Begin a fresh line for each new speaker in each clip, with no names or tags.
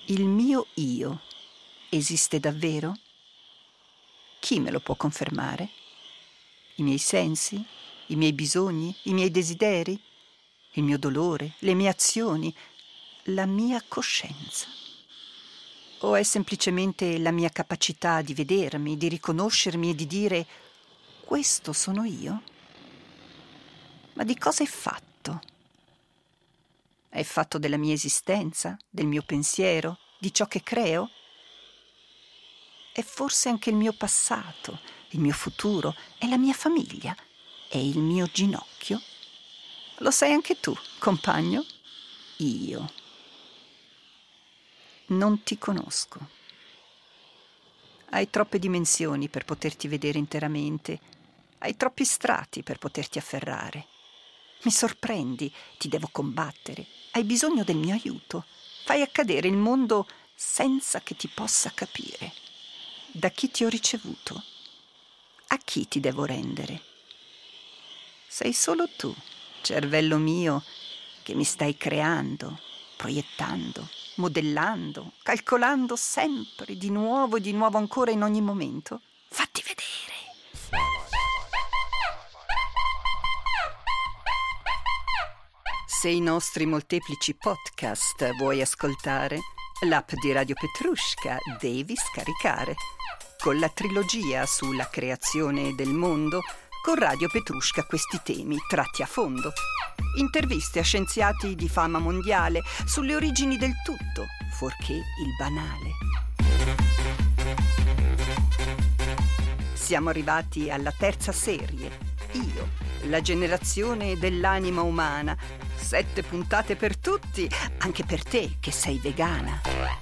Il mio io esiste davvero? Chi me lo può confermare? I miei sensi? I miei bisogni? I miei desideri? Il mio dolore? Le mie azioni? La mia coscienza? O è semplicemente la mia capacità di vedermi, di riconoscermi e di dire «questo sono io»? Ma di cosa è fatto? È fatto della mia esistenza, del mio pensiero, di ciò che creo? È forse anche il mio passato, il mio futuro, è la mia famiglia, è il mio ginocchio? Lo sai anche tu, compagno? Io non ti conosco. Hai troppe dimensioni per poterti vedere interamente, hai troppi strati per poterti afferrare. Mi sorprendi, ti devo combattere, hai bisogno del mio aiuto. Fai accadere il mondo senza che ti possa capire. Da chi ti ho ricevuto? A chi ti devo rendere? Sei solo tu, cervello mio, che mi stai creando, proiettando, modellando, calcolando sempre di nuovo ancora in ogni momento. Fatti vedere. Se i nostri molteplici podcast vuoi ascoltare, l'app di Radio Petrushka devi scaricare. Con la trilogia sulla creazione del mondo, con Radio Petrushka questi temi tratti a fondo. Interviste a scienziati di fama mondiale sulle origini del tutto, fuorché il banale. Siamo arrivati alla terza serie. Io, la generazione dell'anima umana. 7 puntate per tutti, anche per te che sei vegana.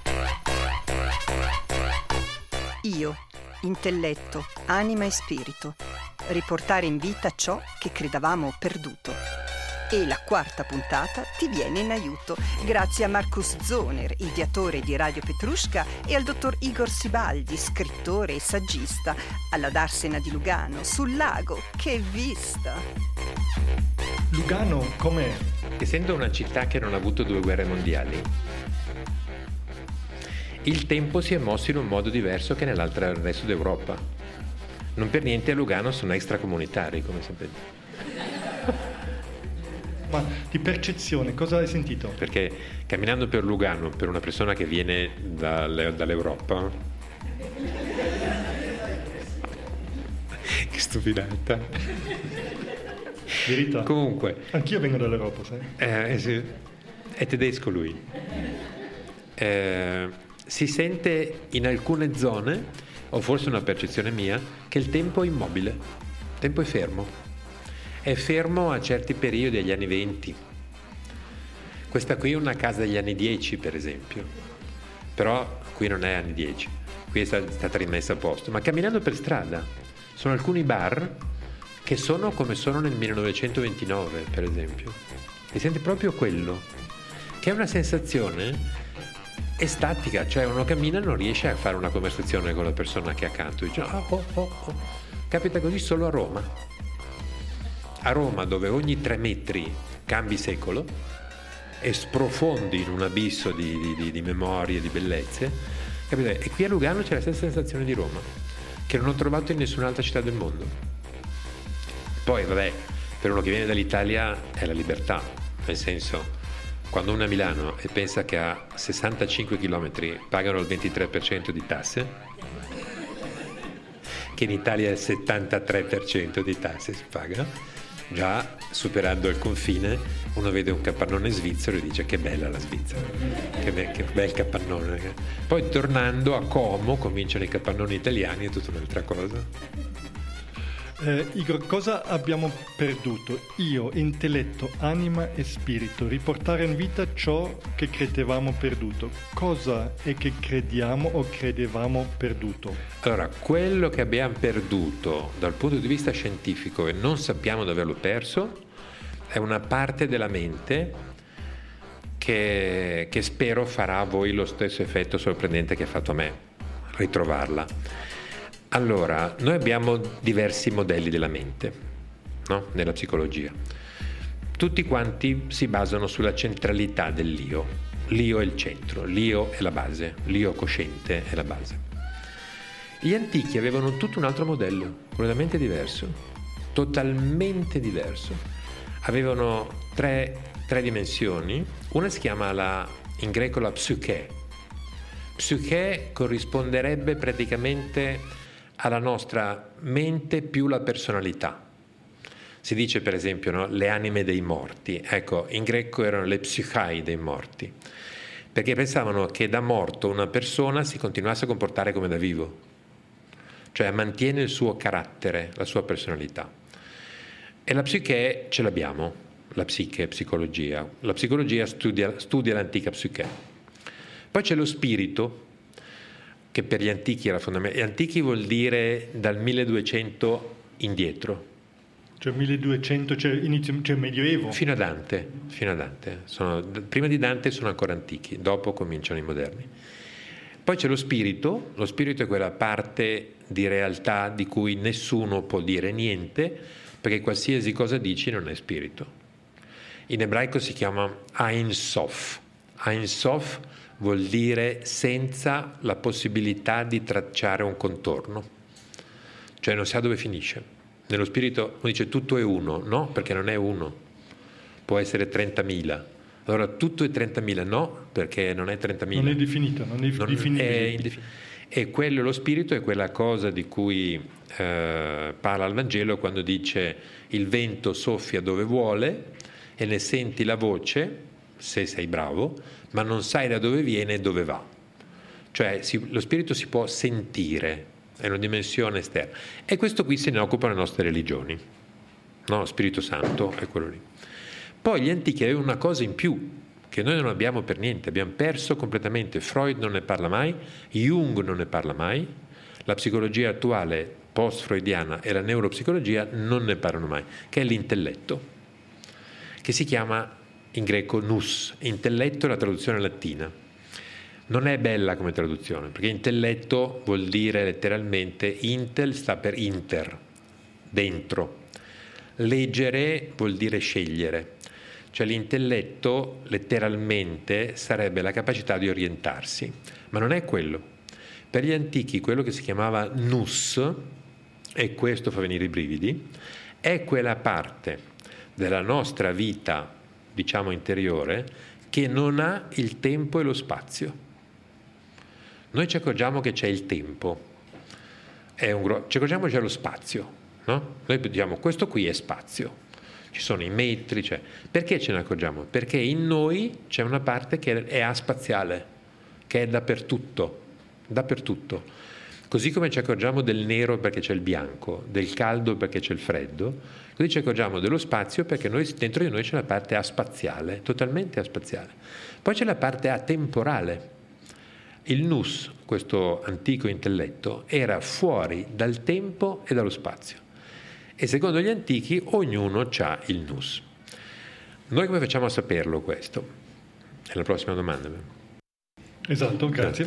Io, intelletto, anima e spirito. Riportare in vita ciò che credevamo perduto. E la quarta puntata ti viene in aiuto grazie a Marcus Zoner, ideatore di Radio Petrushka, e al dottor Igor Sibaldi, scrittore e saggista, alla Darsena di Lugano, sul lago. Che vista!
Lugano com'è?
Essendo una città che non ha avuto 2 guerre mondiali, il tempo si è mosso in un modo diverso che nel resto d'Europa. Non per niente a Lugano sono extracomunitari, come sempre dico.
Ma di percezione, cosa hai sentito?
Perché camminando per Lugano, per una persona che viene dall'Europa, che stupidata.
Verità.
Comunque.
Anch'io vengo dall'Europa, sai?
Sì. È tedesco lui. Si sente in alcune zone, o forse una percezione mia, che il tempo è immobile, il tempo è fermo. È fermo a certi periodi degli anni 20. Questa qui è una casa degli anni 10, per esempio. Però qui non è anni 10, qui è stata rimessa a posto. Ma camminando per strada sono alcuni bar che sono come sono nel 1929, per esempio. Si sente proprio quello, che è una sensazione estatica, cioè uno cammina e non riesce a fare una conversazione con la persona che è accanto. Dice, oh. Capita così solo a Roma. A Roma, dove ogni 3 metri cambi secolo e sprofondi in un abisso di memorie, di bellezze, capita? E qui a Lugano c'è la stessa sensazione di Roma, che non ho trovato in nessun'altra città del mondo. Poi, vabbè, per uno che viene dall'Italia è la libertà, nel senso, quando uno è a Milano e pensa che a 65 km pagano il 23% di tasse, che in Italia il 73% di tasse si paga, già superando il confine uno vede un capannone svizzero e dice che bella la Svizzera, che bel capannone. Poi tornando a Como cominciano i capannoni italiani, è tutta un'altra cosa.
Igor, cosa abbiamo perduto? Io, intelletto, anima e spirito, riportare in vita ciò che credevamo perduto. Cosa è che crediamo o credevamo perduto?
Allora, quello che abbiamo perduto dal punto di vista scientifico e non sappiamo di averlo perso è una parte della mente che spero farà a voi lo stesso effetto sorprendente che ha fatto a me, ritrovarla. Allora, noi abbiamo diversi modelli della mente, no? Nella psicologia. Tutti quanti si basano sulla centralità dell'io. L'io è il centro, l'io è la base, l'io cosciente è la base. Gli antichi avevano tutto un altro modello, completamente diverso, totalmente diverso. Avevano tre dimensioni. Una si chiama in greco la psyche. Psyche corrisponderebbe praticamente alla nostra mente più la personalità. Si dice per esempio, no, le anime dei morti. Ecco, in greco erano le psychai dei morti, perché pensavano che da morto una persona si continuasse a comportare come da vivo, cioè mantiene il suo carattere, la sua personalità. E la psiche ce l'abbiamo, la psiche, psicologia. La psicologia studia l'antica psiche. Poi c'è lo spirito, che per gli antichi era fondamentale. Gli antichi vuol dire dal 1200 indietro.
Cioè 1200, cioè Medioevo.
Fino a Dante. Prima di Dante sono ancora antichi, dopo cominciano i moderni. Poi c'è lo spirito è quella parte di realtà di cui nessuno può dire niente, perché qualsiasi cosa dici non è spirito. In ebraico si chiama Ein Sof. Ein Sof vuol dire senza la possibilità di tracciare un contorno, cioè non sa dove finisce. Nello spirito uno dice tutto è uno, no, perché non è uno, può essere 30.000. Allora tutto è 30.000, no, perché non è 30.000.
Non è definito, non è definibile.
E quello, lo spirito, è quella cosa di cui parla il Vangelo quando dice il vento soffia dove vuole e ne senti la voce, se sei bravo, ma non sai da dove viene e dove va. Cioè lo spirito si può sentire, è una dimensione esterna. E questo qui se ne occupano le nostre religioni, no? Lo Spirito Santo è quello lì. Poi gli antichi avevano una cosa in più che noi non abbiamo per niente, abbiamo perso completamente. Freud non ne parla mai, Jung non ne parla mai, la psicologia attuale post-freudiana e la neuropsicologia non ne parlano mai, che è l'intelletto, che si chiama in greco nous. Intelletto è la traduzione latina. Non è bella come traduzione, perché intelletto vuol dire letteralmente, intel sta per inter, dentro. Leggere vuol dire scegliere. Cioè l'intelletto letteralmente sarebbe la capacità di orientarsi, ma non è quello. Per gli antichi quello che si chiamava nous, e questo fa venire i brividi, è quella parte della nostra vita, diciamo interiore, che non ha il tempo e lo spazio. Noi ci accorgiamo che c'è il tempo, ci accorgiamo che c'è lo spazio, no? Noi diciamo questo qui è spazio. Ci sono i metri, cioè. Perché ce ne accorgiamo? Perché in noi c'è una parte che è aspaziale, che è dappertutto. Così come ci accorgiamo del nero perché c'è il bianco, del caldo perché c'è il freddo, così ci accorgiamo dello spazio perché dentro di noi c'è la parte aspaziale, totalmente aspaziale. Poi c'è la parte atemporale. Il nous, questo antico intelletto, era fuori dal tempo e dallo spazio. E secondo gli antichi ognuno ha il nous. Noi come facciamo a saperlo questo? È la prossima domanda.
Esatto, grazie.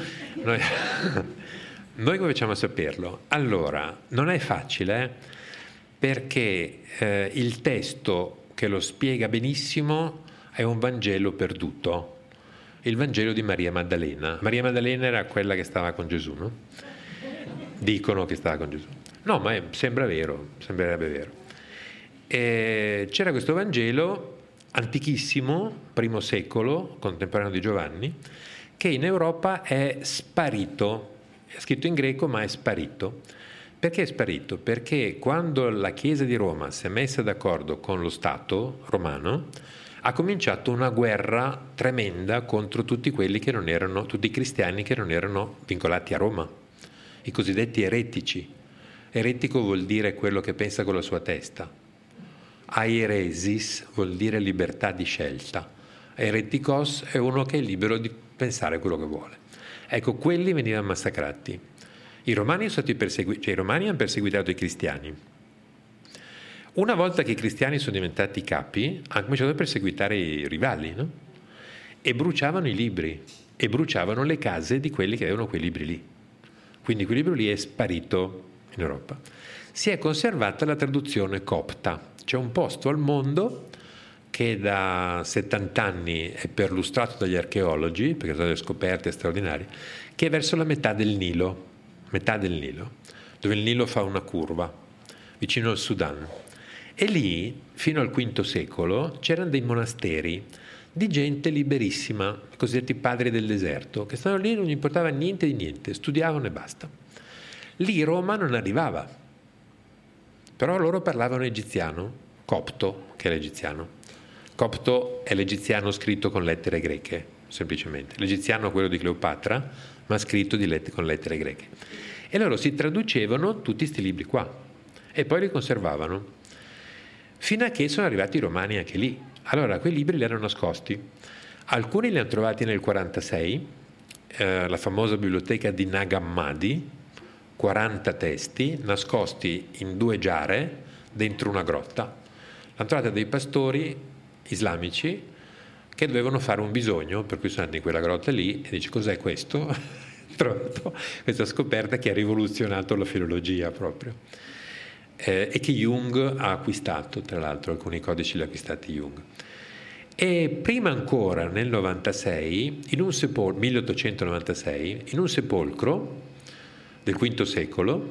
Noi come facciamo a saperlo? Allora, non è facile perché il testo che lo spiega benissimo è un Vangelo perduto, il Vangelo di Maria Maddalena. Maria Maddalena era quella che stava con Gesù, no? Dicono che stava con Gesù. No, ma sembra vero, sembrerebbe vero. C'era questo Vangelo antichissimo, primo secolo, contemporaneo di Giovanni, che in Europa è sparito. È scritto in greco, ma è sparito. Perché è sparito? Perché quando la Chiesa di Roma si è messa d'accordo con lo Stato romano, ha cominciato una guerra tremenda contro tutti quelli che non erano, tutti i cristiani che non erano vincolati a Roma, i cosiddetti eretici. Eretico vuol dire quello che pensa con la sua testa. Aeresis vuol dire libertà di scelta. Eretikos è uno che è libero di pensare quello che vuole. Ecco, quelli venivano massacrati. I romani sono stati perseguiti, i romani hanno perseguitato i cristiani. Una volta che i cristiani sono diventati capi, hanno cominciato a perseguitare i rivali, no? E bruciavano i libri, e bruciavano le case di quelli che avevano quei libri lì. Quindi quel libro lì è sparito in Europa. Si è conservata la traduzione copta. C'è un posto al mondo che da 70 anni è perlustrato dagli archeologi, perché sono delle scoperte straordinarie, che è verso la metà del Nilo, dove il Nilo fa una curva, vicino al Sudan. E lì, fino al V secolo, c'erano dei monasteri di gente liberissima, i cosiddetti padri del deserto, che stavano lì e non gli importava niente di niente, studiavano e basta. Lì Roma non arrivava, però loro parlavano egiziano, copto, che è l'egiziano. Copto è l'egiziano scritto con lettere greche, semplicemente. L'egiziano è quello di Cleopatra, ma scritto con lettere greche. E loro si traducevano tutti questi libri qua e poi li conservavano, fino a che sono arrivati i romani anche lì. Allora quei libri li hanno nascosti. Alcuni li hanno trovati nel 46, la famosa biblioteca di Nag Hammadi, 40 testi nascosti in 2 giare dentro una grotta. L'hanno trovata dei pastori islamici che dovevano fare un bisogno, per cui sono andati in quella grotta lì e dice: cos'è questo? Ho trovato questa scoperta che ha rivoluzionato la filologia proprio, e che Jung ha acquistato, tra l'altro alcuni codici li ha acquistati Jung. E prima ancora, nel 96, 1896, in un sepolcro del V secolo,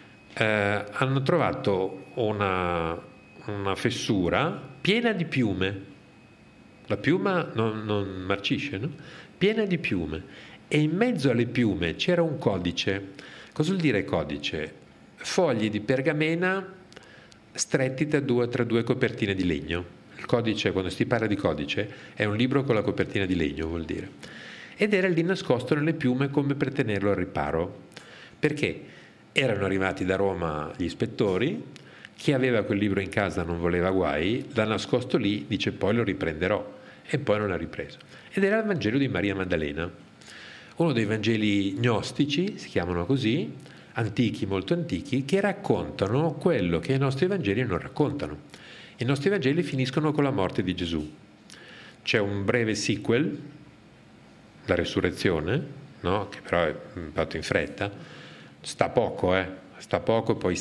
hanno trovato una fessura piena di piume. La piuma non marcisce, no? Piena di piume. E in mezzo alle piume c'era un codice. Cosa vuol dire codice? Fogli di pergamena stretti tra due copertine di legno. Il codice, quando si parla di codice, è un libro con la copertina di legno, vuol dire. Ed era lì nascosto nelle piume come per tenerlo al riparo. Perché erano arrivati da Roma gli ispettori, chi aveva quel libro in casa non voleva guai, l'ha nascosto lì, dice poi lo riprenderò, e poi non l'ha ripreso. Ed era il Vangelo di Maria Maddalena, uno dei Vangeli gnostici, si chiamano così, antichi, molto antichi, che raccontano quello che i nostri Vangeli non raccontano. I nostri Vangeli finiscono con la morte di Gesù. C'è un breve sequel, la resurrezione, no? Che però è fatto in fretta, sta poco, poi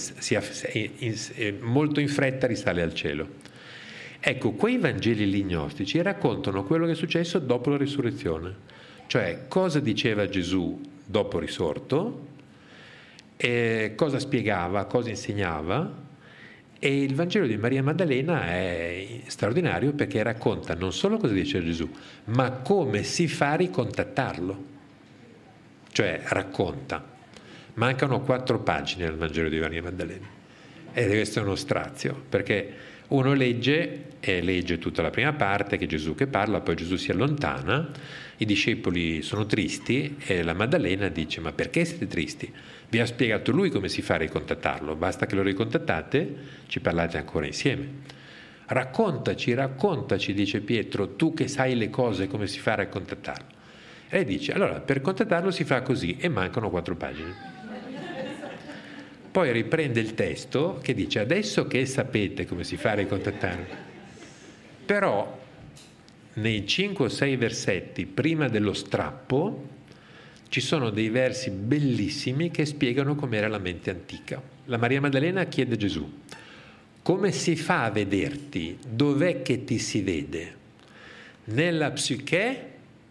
molto in fretta risale al cielo. Ecco, quei Vangeli lì gnostici raccontano quello che è successo dopo la risurrezione, cioè cosa diceva Gesù dopo risorto, cosa spiegava, cosa insegnava. E il Vangelo di Maria Maddalena è straordinario perché racconta non solo cosa dice Gesù, ma come si fa a ricontattarlo. Cioè racconta. Mancano 4 pagine al Vangelo di Maria Maddalena. E questo è uno strazio, perché uno legge tutta la prima parte, che Gesù che parla, poi Gesù si allontana, i discepoli sono tristi e la Maddalena dice: ma perché siete tristi? Vi ha spiegato lui come si fa a ricontattarlo, basta che lo ricontattate, ci parlate ancora insieme. Raccontaci, dice Pietro, tu che sai le cose, come si fa a ricontattarlo. E lei dice: allora, per contattarlo si fa così, e mancano 4 pagine. Poi riprende il testo che dice: adesso che sapete come si fa a ricontattarlo, però nei 5 o 6 versetti prima dello strappo ci sono dei versi bellissimi che spiegano com'era la mente antica. La Maria Maddalena chiede a Gesù: come si fa a vederti? Dov'è che ti si vede? Nella psiche?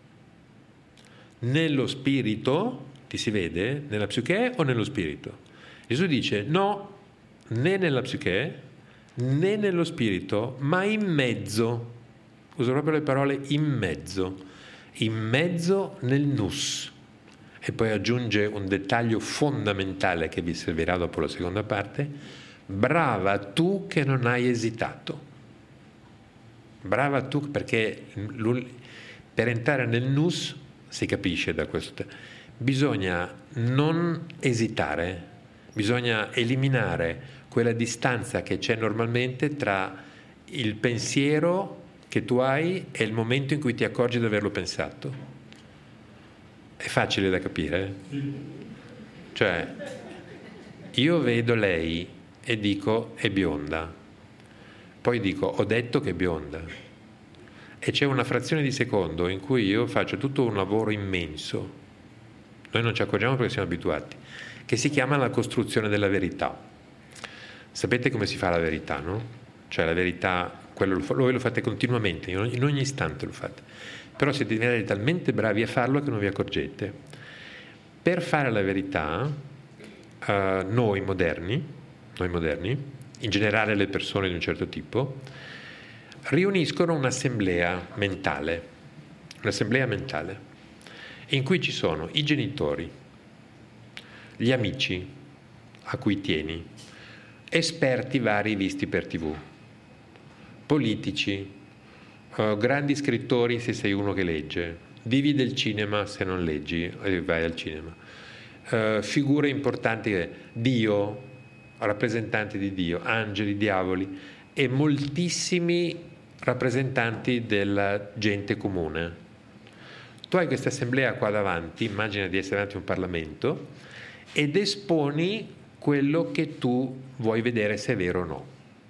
Nello spirito? Ti si vede? Nella psiche o nello spirito? Gesù dice: no, né nella psiche né nello spirito, ma in mezzo. Uso proprio le parole in mezzo nel nous. E poi aggiunge un dettaglio fondamentale che vi servirà dopo la seconda parte: brava tu che non hai esitato. Brava tu, perché per entrare nel nous, si capisce da questo, bisogna non esitare, bisogna eliminare quella distanza che c'è normalmente tra il pensiero che tu hai e il momento in cui ti accorgi di averlo pensato. È facile da capire? Cioè, io vedo lei e dico è bionda, poi dico ho detto che è bionda, e c'è una frazione di secondo in cui io faccio tutto un lavoro immenso, noi non ci accorgiamo perché siamo abituati, che si chiama la costruzione della verità. Sapete come si fa la verità, no? Cioè la verità voi lo fate continuamente, in ogni istante lo fate, però siete diventati talmente bravi a farlo che non vi accorgete. Per fare la verità, noi moderni, in generale le persone di un certo tipo, riuniscono un'assemblea mentale in cui ci sono i genitori, gli amici a cui tieni, esperti vari visti per TV, politici, grandi scrittori se sei uno che legge, divi del cinema se non leggi e vai al cinema, figure importanti, Dio, rappresentanti di Dio, angeli, diavoli e moltissimi rappresentanti della gente comune. Tu hai questa assemblea qua davanti, immagina di essere davanti a un Parlamento, ed esponi quello che tu vuoi vedere se è vero o no.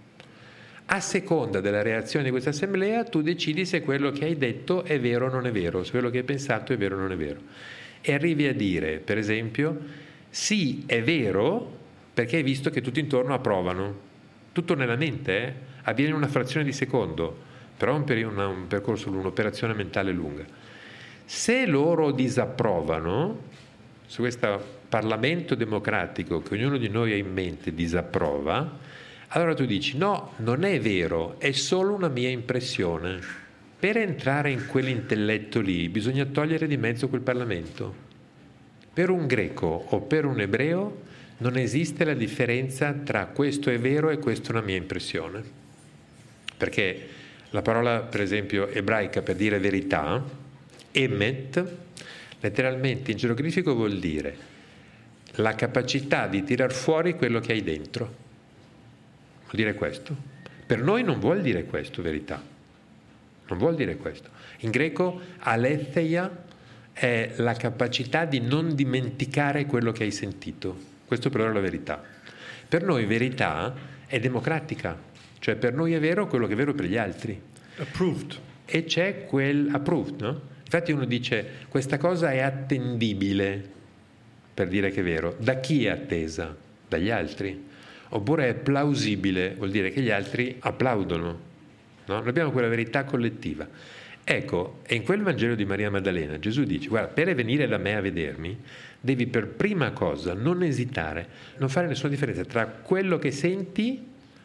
A seconda della reazione di questa assemblea tu decidi se quello che hai detto è vero o non è vero, se quello che hai pensato è vero o non è vero. E arrivi a dire, per esempio, sì, è vero, perché hai visto che tutti intorno approvano. Tutto nella mente avviene in una frazione di secondo, però è un percorso, un'operazione mentale lunga. Se loro disapprovano, su questo Parlamento democratico che ognuno di noi ha in mente disapprova, allora tu dici no, non è vero, è solo una mia impressione. Per entrare in quell'intelletto lì bisogna togliere di mezzo quel Parlamento. Per un greco o per un ebreo non esiste la differenza tra questo è vero e questa è una mia impressione. Perché la parola, per esempio, ebraica per dire verità, emet, letteralmente in geroglifico vuol dire la capacità di tirar fuori quello che hai dentro. Vuol dire questo. Per noi non vuol dire questo, verità. Non vuol dire questo. In greco, aletheia è la capacità di non dimenticare quello che hai sentito. Questo però è la verità. Per noi verità è democratica, cioè per noi è vero quello che è vero per gli altri.
Approved.
E c'è quel approved, no? Infatti uno dice questa cosa è attendibile, per dire che è vero. Da chi è attesa? Dagli altri. Oppure è plausibile, vuol dire che gli altri applaudono. No? Noi abbiamo quella verità collettiva. Ecco, e in quel Vangelo di Maria Maddalena Gesù dice, guarda, per venire da me a vedermi, devi per prima cosa non esitare, non fare nessuna differenza tra quello che senti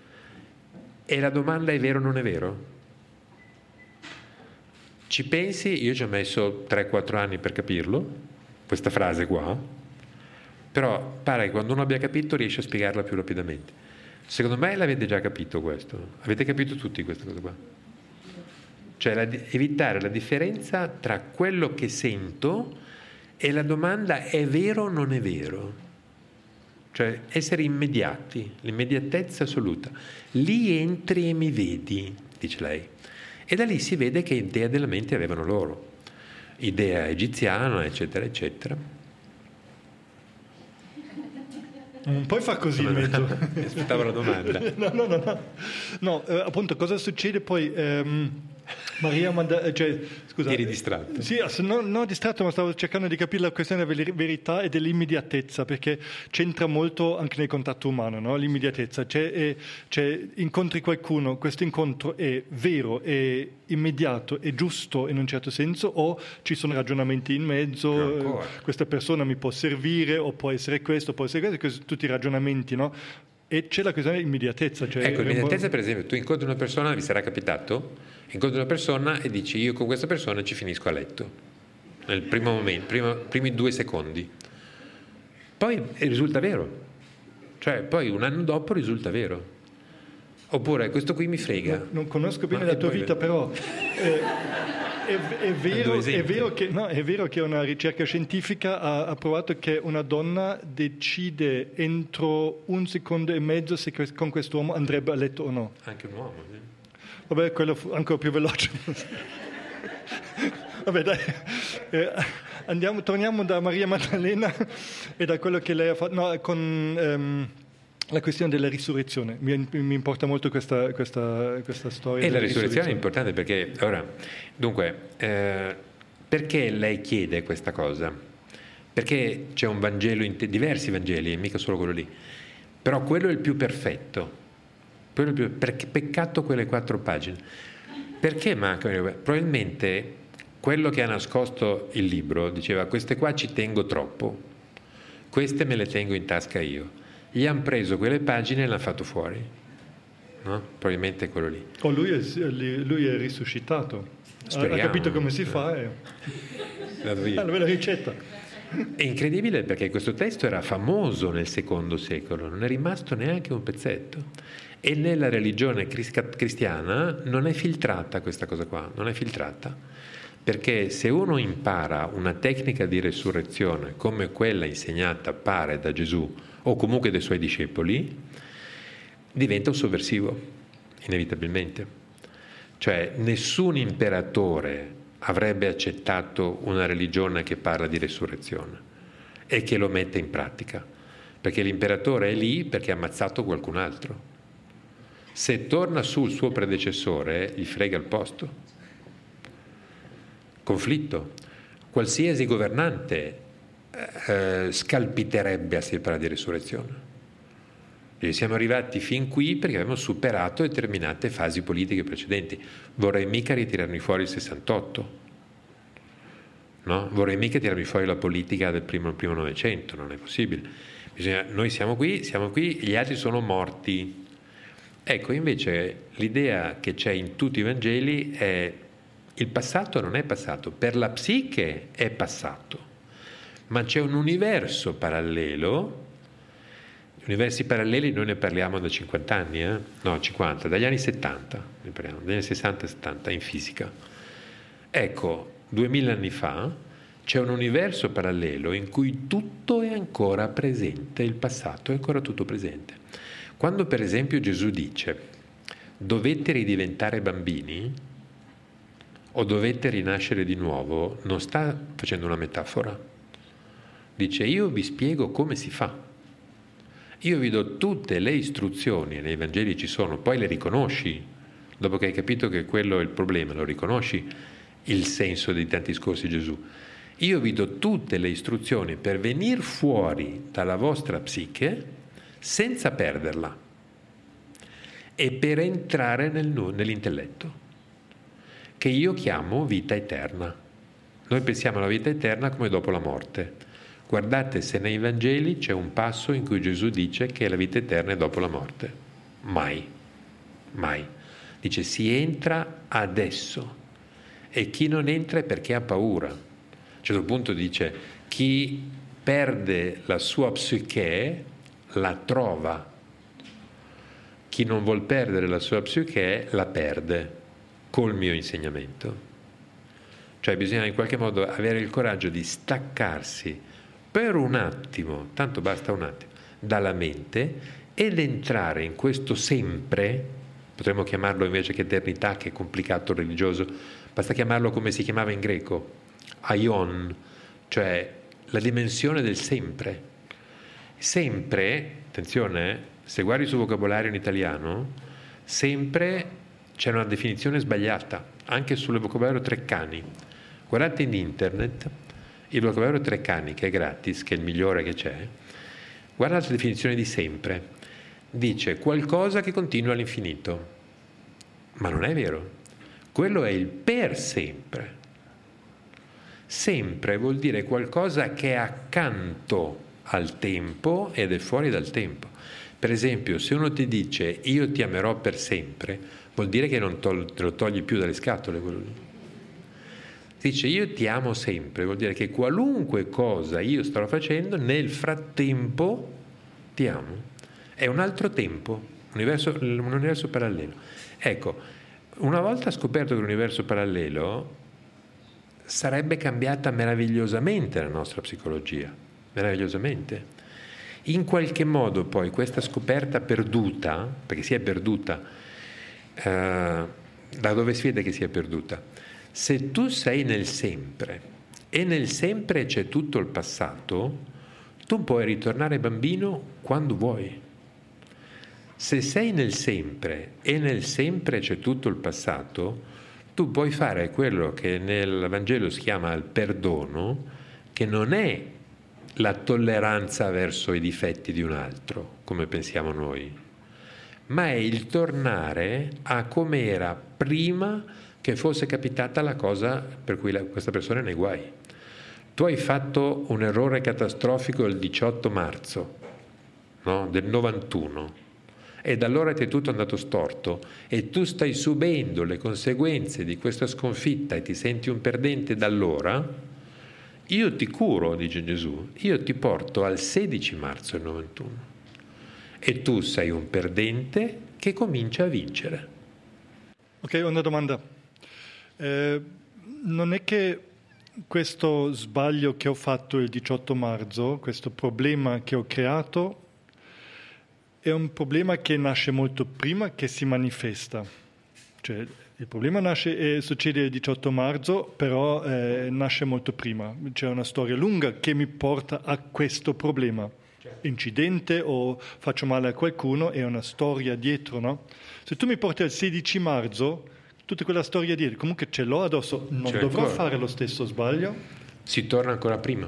e la domanda è vero o non è vero. Ci pensi? Io ci ho messo 3-4 anni per capirlo, questa frase qua, però pare che quando uno abbia capito riesce a spiegarla più rapidamente. Secondo me l'avete già capito questo, avete capito tutti questa cosa qua. Cioè evitare la differenza tra quello che sento e la domanda è vero o non è vero. Cioè essere immediati, l'immediatezza assoluta. Lì entri e mi vedi, dice lei. E da lì si vede che idea della mente avevano loro. Idea egiziana, eccetera, eccetera.
Non puoi far così in mezzo.
Aspettavo la domanda.
No, appunto, cosa succede poi? Maria scusa.
Eri distratto?
Sì, no distratto, ma stavo cercando di capire la questione della verità e dell'immediatezza, perché c'entra molto anche nel contatto umano, no? L'immediatezza. Incontri qualcuno, questo incontro è vero, è immediato, è giusto in un certo senso, o ci sono ragionamenti in mezzo, questa persona mi può servire, o può essere questo, tutti i ragionamenti, no? E c'è la questione di immediatezza.
Ecco, l'immediatezza, per esempio, tu incontri una persona, vi sarà capitato, incontri una persona e dici io con questa persona ci finisco a letto, nel primo momento, primi 2 secondi. Poi risulta vero, cioè poi un anno dopo risulta vero. Oppure questo qui mi frega.
Non conosco bene la tua vita, però... È vero che una ricerca scientifica ha provato che una donna decide entro 1 secondo e mezzo se con quest'uomo andrebbe a letto o no.
Anche un uomo, sì.
Vabbè, quello ancora più veloce. Vabbè, dai, torniamo da Maria Maddalena e da quello che lei ha fatto. No, con la questione della risurrezione. Mi importa molto questa storia.
E la risurrezione è importante perché, dunque, perché lei chiede questa cosa? Perché c'è un Vangelo, diversi Vangeli, mica solo quello lì, però quello è il più perfetto. Perché peccato quelle 4 pagine. Perché mancano? Probabilmente quello che ha nascosto il libro diceva: queste qua ci tengo troppo, queste me le tengo in tasca io. Gli hanno preso quelle pagine e l'hanno fatto fuori, no? Probabilmente è quello lì.
O lui è risuscitato,
Speriamo.
ha capito come si fa e
La
la ricetta.
È incredibile, perché questo testo era famoso nel secondo secolo, non è rimasto neanche un pezzetto. E nella religione cristiana non è filtrata questa cosa qua, non è filtrata. Perché se uno impara una tecnica di resurrezione come quella insegnata, pare, da Gesù o comunque dai suoi discepoli, diventa un sovversivo, inevitabilmente. Cioè nessun imperatore avrebbe accettato una religione che parla di resurrezione e che lo mette in pratica, perché l'imperatore è lì perché ha ammazzato qualcun altro. Se torna sul suo predecessore, gli frega il posto. Conflitto. Qualsiasi governante scalpiterebbe a si parla di resurrezione. E siamo arrivati fin qui perché abbiamo superato determinate fasi politiche precedenti. Vorrei mica ritirarmi fuori il 68, no? Vorrei mica tirarmi fuori la politica del primo Novecento, non è possibile. Noi siamo qui, gli altri sono morti. Ecco, invece l'idea che c'è in tutti i Vangeli è: il passato non è passato, per la psiche è passato, ma c'è un universo parallelo. Universi paralleli noi ne parliamo da 50 anni, no 50, dagli anni 70, ne parliamo, dagli anni 60 e 70 in fisica. Ecco, 2000 anni fa c'è un universo parallelo in cui tutto è ancora presente, il passato è ancora tutto presente. Quando per esempio Gesù dice: dovete ridiventare bambini o dovete rinascere di nuovo, non sta facendo una metafora. Dice: io vi spiego come si fa. Io vi do tutte le istruzioni, nei Vangeli ci sono, poi le riconosci, dopo che hai capito che quello è il problema, lo riconosci il senso di tanti discorsi di Gesù. Io vi do tutte le istruzioni per venire fuori dalla vostra psiche senza perderla e per entrare nell'intelletto, che io chiamo vita eterna. Noi pensiamo alla vita eterna come dopo la morte. Guardate se nei Vangeli c'è un passo in cui Gesù dice che la vita eterna è dopo la morte. Mai, mai. Dice: si entra adesso, e chi non entra è perché ha paura. A un certo punto dice: chi perde la sua psiche la trova, chi non vuol perdere la sua psiche la perde col mio insegnamento. Cioè bisogna in qualche modo avere il coraggio di staccarsi per un attimo, tanto basta un attimo, dalla mente ed entrare in questo sempre. Potremmo chiamarlo, invece che eternità, che è complicato religioso, basta chiamarlo come si chiamava in greco, aion, cioè la dimensione del sempre. Sempre, attenzione, se guardi sul vocabolario in italiano, sempre c'è una definizione sbagliata, anche sul vocabolario Treccani. Guardate in internet il vocabolario Treccani, che è gratis, che è il migliore che c'è. Guardate la definizione di sempre. Dice qualcosa che continua all'infinito, ma non è vero. Quello è il per sempre. Sempre vuol dire qualcosa che è accanto al tempo ed è fuori dal tempo. Per esempio, se uno ti dice io ti amerò per sempre, vuol dire che non te lo togli più dalle scatole quello lì. Dice io ti amo sempre, vuol dire che qualunque cosa io starò facendo, nel frattempo ti amo. È un altro tempo, un universo parallelo. Ecco, una volta scoperto che l'universo parallelo, sarebbe cambiata meravigliosamente la nostra psicologia, meravigliosamente. In qualche modo poi questa scoperta perduta, perché si è perduta, da dove si vede che si è perduta? Se tu sei nel sempre e nel sempre c'è tutto il passato, tu puoi ritornare bambino quando vuoi. Se sei nel sempre e nel sempre c'è tutto il passato, tu puoi fare quello che nel Vangelo si chiama il perdono, che non è la tolleranza verso i difetti di un altro, come pensiamo noi, ma è il tornare a come era prima che fosse capitata la cosa per cui questa persona è nei guai. Tu hai fatto un errore catastrofico il 18 marzo, no? Del 91, e da allora ti è tutto andato storto e tu stai subendo le conseguenze di questa sconfitta e ti senti un perdente da allora. Io ti curo, dice Gesù, io ti porto al 16 marzo del 91 e tu sei un perdente che comincia a vincere.
Ok, una domanda. Non è che questo sbaglio che ho fatto il 18 marzo, questo problema che ho creato, è un problema che nasce molto prima che si manifesta. Cioè, il problema nasce e succede il 18 marzo, però nasce molto prima. C'è una storia lunga che mi porta a questo problema. Incidente o faccio male a qualcuno, è una storia dietro, no? Se tu mi porti al 16 marzo, tutta quella storia dietro, comunque ce l'ho addosso, non dovrò fare lo stesso sbaglio?
Si torna ancora prima.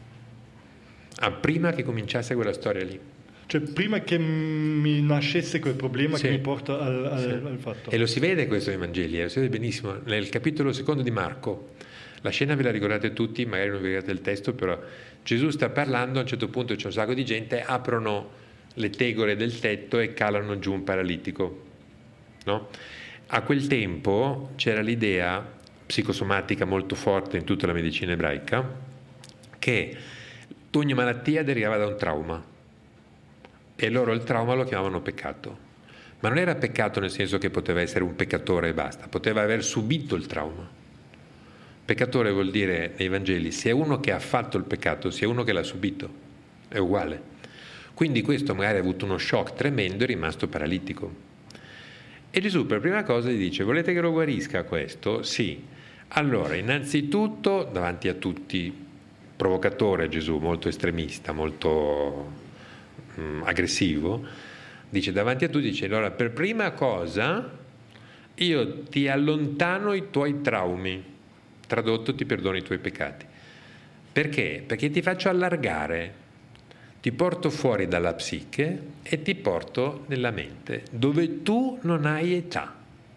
Prima che cominciasse quella storia lì.
Cioè prima che mi nascesse quel problema che mi porta al fatto.
E lo si vede questo nei Vangeli, lo si vede benissimo. Nel capitolo 2 di Marco, la scena ve la ricordate tutti, magari non vi ricordate il testo, però Gesù sta parlando, a un certo punto c'è un sacco di gente, aprono le tegole del tetto e calano giù un paralitico. No? A quel tempo c'era l'idea psicosomatica molto forte in tutta la medicina ebraica che ogni malattia derivava da un trauma. E loro il trauma lo chiamavano peccato, ma non era peccato nel senso che poteva essere un peccatore e basta, poteva aver subito il trauma. Peccatore vuol dire nei Vangeli sia uno che ha fatto il peccato sia uno che l'ha subito, è uguale. Quindi questo magari ha avuto uno shock tremendo e è rimasto paralitico. E Gesù per prima cosa gli dice: volete che lo guarisca questo? Sì. Allora innanzitutto davanti a tutti, provocatore Gesù, molto estremista, molto aggressivo, dice davanti a tutti, dice allora per prima cosa io ti allontano i tuoi traumi, tradotto ti perdono i tuoi peccati. Perché? Perché ti faccio allargare, ti porto fuori dalla psiche e ti porto nella mente dove tu non hai età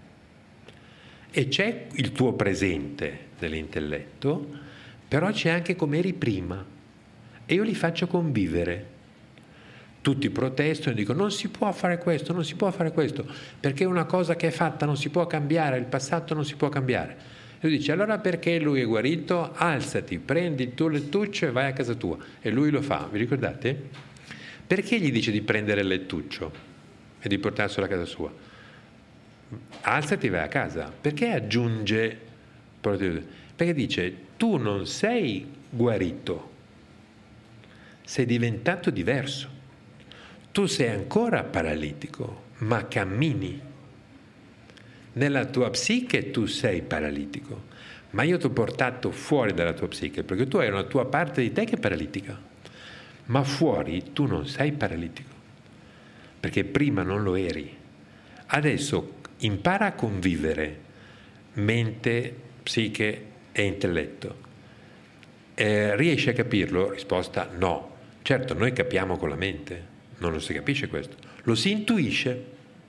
e c'è il tuo presente dell'intelletto, però c'è anche come eri prima e io li faccio convivere. Tutti protestano e dicono non si può fare questo, non si può fare questo, perché una cosa che è fatta non si può cambiare, il passato non si può cambiare. E lui dice allora perché lui è guarito, alzati, prendi il tuo lettuccio e vai a casa tua. E lui lo fa, vi ricordate? Perché gli dice di prendere il lettuccio e di portarselo a casa sua? Alzati e vai a casa. Perché aggiunge? Perché dice tu non sei guarito, sei diventato diverso. Tu sei ancora paralitico, ma cammini. Nella tua psiche tu sei paralitico, ma io ti ho portato fuori dalla tua psiche, perché tu hai una tua parte di te che è paralitica, ma fuori tu non sei paralitico, perché prima non lo eri. Adesso impara a convivere mente, psiche e intelletto. Riesci a capirlo? Risposta no. Certo, noi capiamo con la mente. Non lo si capisce questo, lo si intuisce.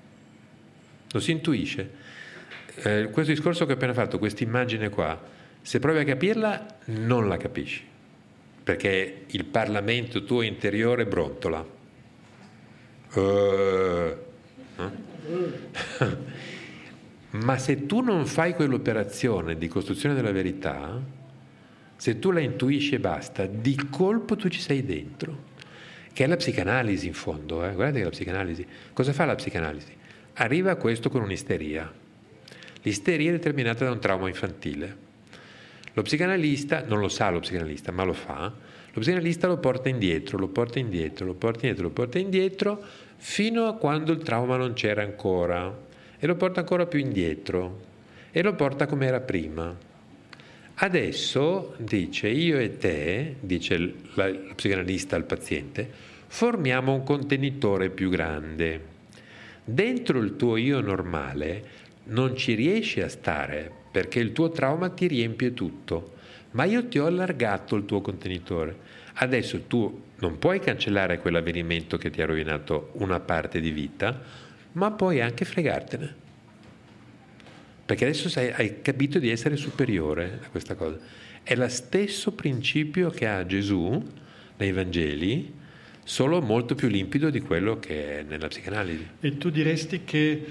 Questo discorso che ho appena fatto, questa immagine qua, se provi a capirla non la capisci, perché il Parlamento tuo interiore brontola. Ma se tu non fai quell'operazione di costruzione della verità, se tu la intuisci e basta, di colpo tu ci sei dentro. Che è la psicanalisi in fondo, guardate che la psicanalisi, cosa fa la psicanalisi? Arriva a questo con un'isteria. L'isteria è determinata da un trauma infantile. Lo psicanalista, non lo sa lo psicanalista, ma lo fa, lo psicanalista lo porta indietro, fino a quando il trauma non c'era ancora, e lo porta ancora più indietro, e lo porta come era prima. Adesso, dice, io e te, dice lo psicanalista al paziente, formiamo un contenitore più grande. Dentro il tuo io normale non ci riesci a stare perché il tuo trauma ti riempie tutto, ma io ti ho allargato il tuo contenitore. Adesso tu non puoi cancellare quell'avvenimento che ti ha rovinato una parte di vita, ma puoi anche fregartene. Perché adesso hai capito di essere superiore a questa cosa. È lo stesso principio che ha Gesù nei Vangeli, solo molto più limpido di quello che è nella psicanalisi.
E tu diresti che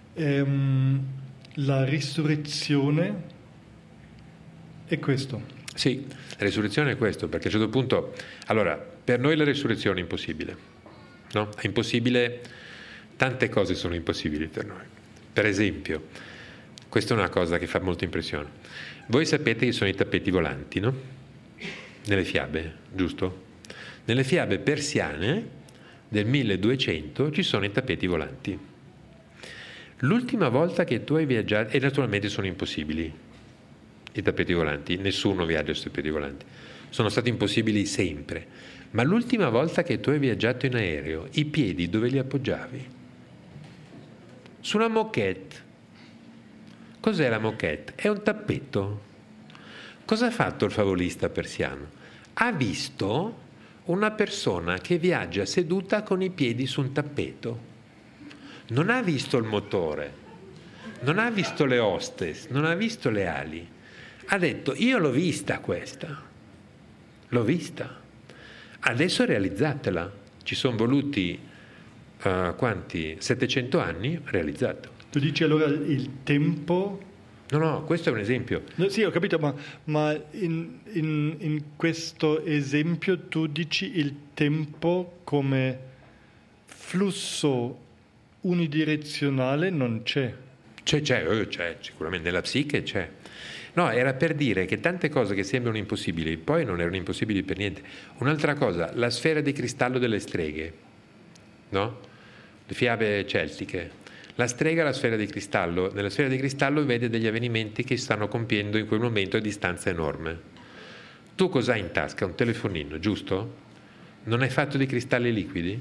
la risurrezione è questo?
Sì, la risurrezione è questo, perché a un certo punto... Allora, per noi la risurrezione è impossibile, no? È impossibile, tante cose sono impossibili per noi. Per esempio, questa è una cosa che fa molta impressione. Voi sapete che sono i tappeti volanti, no? Nelle fiabe, giusto? Nelle fiabe persiane del 1200 ci sono i tappeti volanti. L'ultima volta che tu hai viaggiato, e naturalmente sono impossibili i tappeti volanti, nessuno viaggia sui tappeti volanti, sono stati impossibili sempre, ma l'ultima volta che tu hai viaggiato in aereo, i piedi dove li appoggiavi? Su una moquette. Cos'è la moquette? È un tappeto. Cosa ha fatto il favolista persiano? Ha visto una persona che viaggia seduta con i piedi su un tappeto. Non ha visto il motore, non ha visto le hostess, non ha visto le ali. Ha detto, io l'ho vista questa, l'ho vista. Adesso realizzatela. Ci sono voluti, quanti? 700 anni, realizzato.
Tu dici allora il tempo...
No, questo è un esempio.
No, sì, ho capito, ma in questo esempio tu dici il tempo come flusso unidirezionale non c'è.
C'è, sicuramente nella psiche c'è. No, era per dire che tante cose che sembrano impossibili, poi non erano impossibili per niente. Un'altra cosa, la sfera di cristallo delle streghe, no? Le fiabe celtiche. La strega ha la sfera di cristallo. Nella sfera di cristallo vede degli avvenimenti che stanno compiendo in quel momento a distanza enorme. Tu cos'hai in tasca? Un telefonino, giusto? Non è fatto di cristalli liquidi?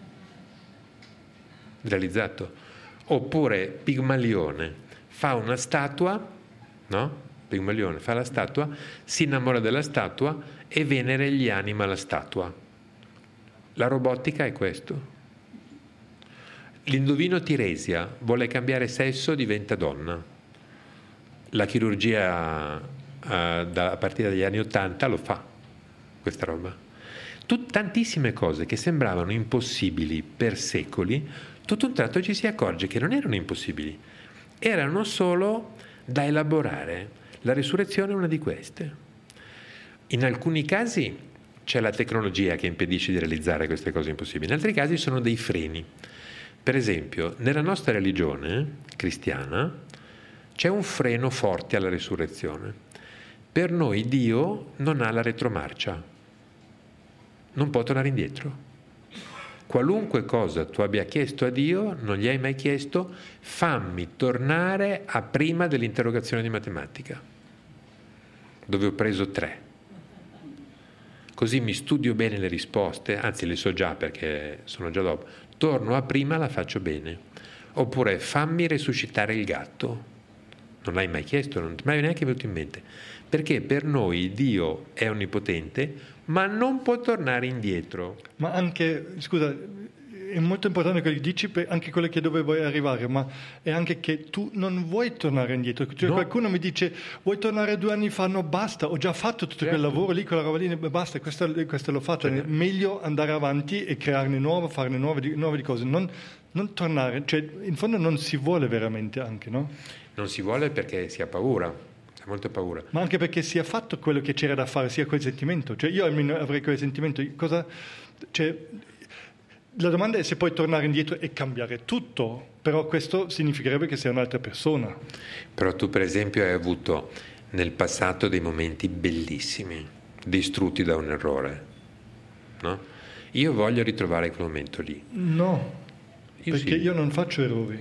Realizzato. Oppure Pigmalione fa una statua, no? Pigmalione fa la statua, si innamora della statua e Venere gli anima la statua. La robotica è questo. L'indovino Tiresia vuole cambiare sesso, diventa donna. La chirurgia a partire dagli anni 80 lo fa, questa roba. Tantissime cose che sembravano impossibili per secoli, tutto un tratto ci si accorge che non erano impossibili, erano solo da elaborare. La risurrezione è una di queste. In alcuni casi c'è la tecnologia che impedisce di realizzare queste cose impossibili, in altri casi sono dei freni. Per esempio, nella nostra religione cristiana c'è un freno forte alla risurrezione. Per noi Dio non ha la retromarcia, non può tornare indietro. Qualunque cosa tu abbia chiesto a Dio, non gli hai mai chiesto, fammi tornare a prima dell'interrogazione di matematica, dove ho preso 3. Così mi studio bene le risposte, anzi le so già perché sono già dopo. Torno a prima, la faccio bene. Oppure fammi resuscitare il gatto. Non l'hai mai chiesto, non ti è mai neanche venuto in mente. Perché per noi Dio è onnipotente, ma non può tornare indietro.
Ma anche, scusa, è molto importante quello che dici, anche quello che dove vuoi arrivare, ma è anche che tu non vuoi tornare indietro. Cioè, no. Qualcuno mi dice, vuoi tornare 2 anni fa? No, basta, ho già fatto tutto quel lavoro lì, quella roba lì, basta, questo l'ho fatto. È meglio andare avanti e crearne nuove, farne nuove cose, non tornare. Cioè, in fondo non si vuole veramente anche, no?
Non si vuole perché si ha paura, si ha molta paura.
Ma anche perché si è fatto quello che c'era da fare, sia quel sentimento. Cioè, io almeno avrei quel sentimento, cioè, la domanda è se puoi tornare indietro e cambiare tutto, però questo significherebbe che sei un'altra persona.
Però tu per esempio hai avuto nel passato dei momenti bellissimi, distrutti da un errore, no? Io voglio ritrovare quel momento lì.
No, perché io non faccio errori.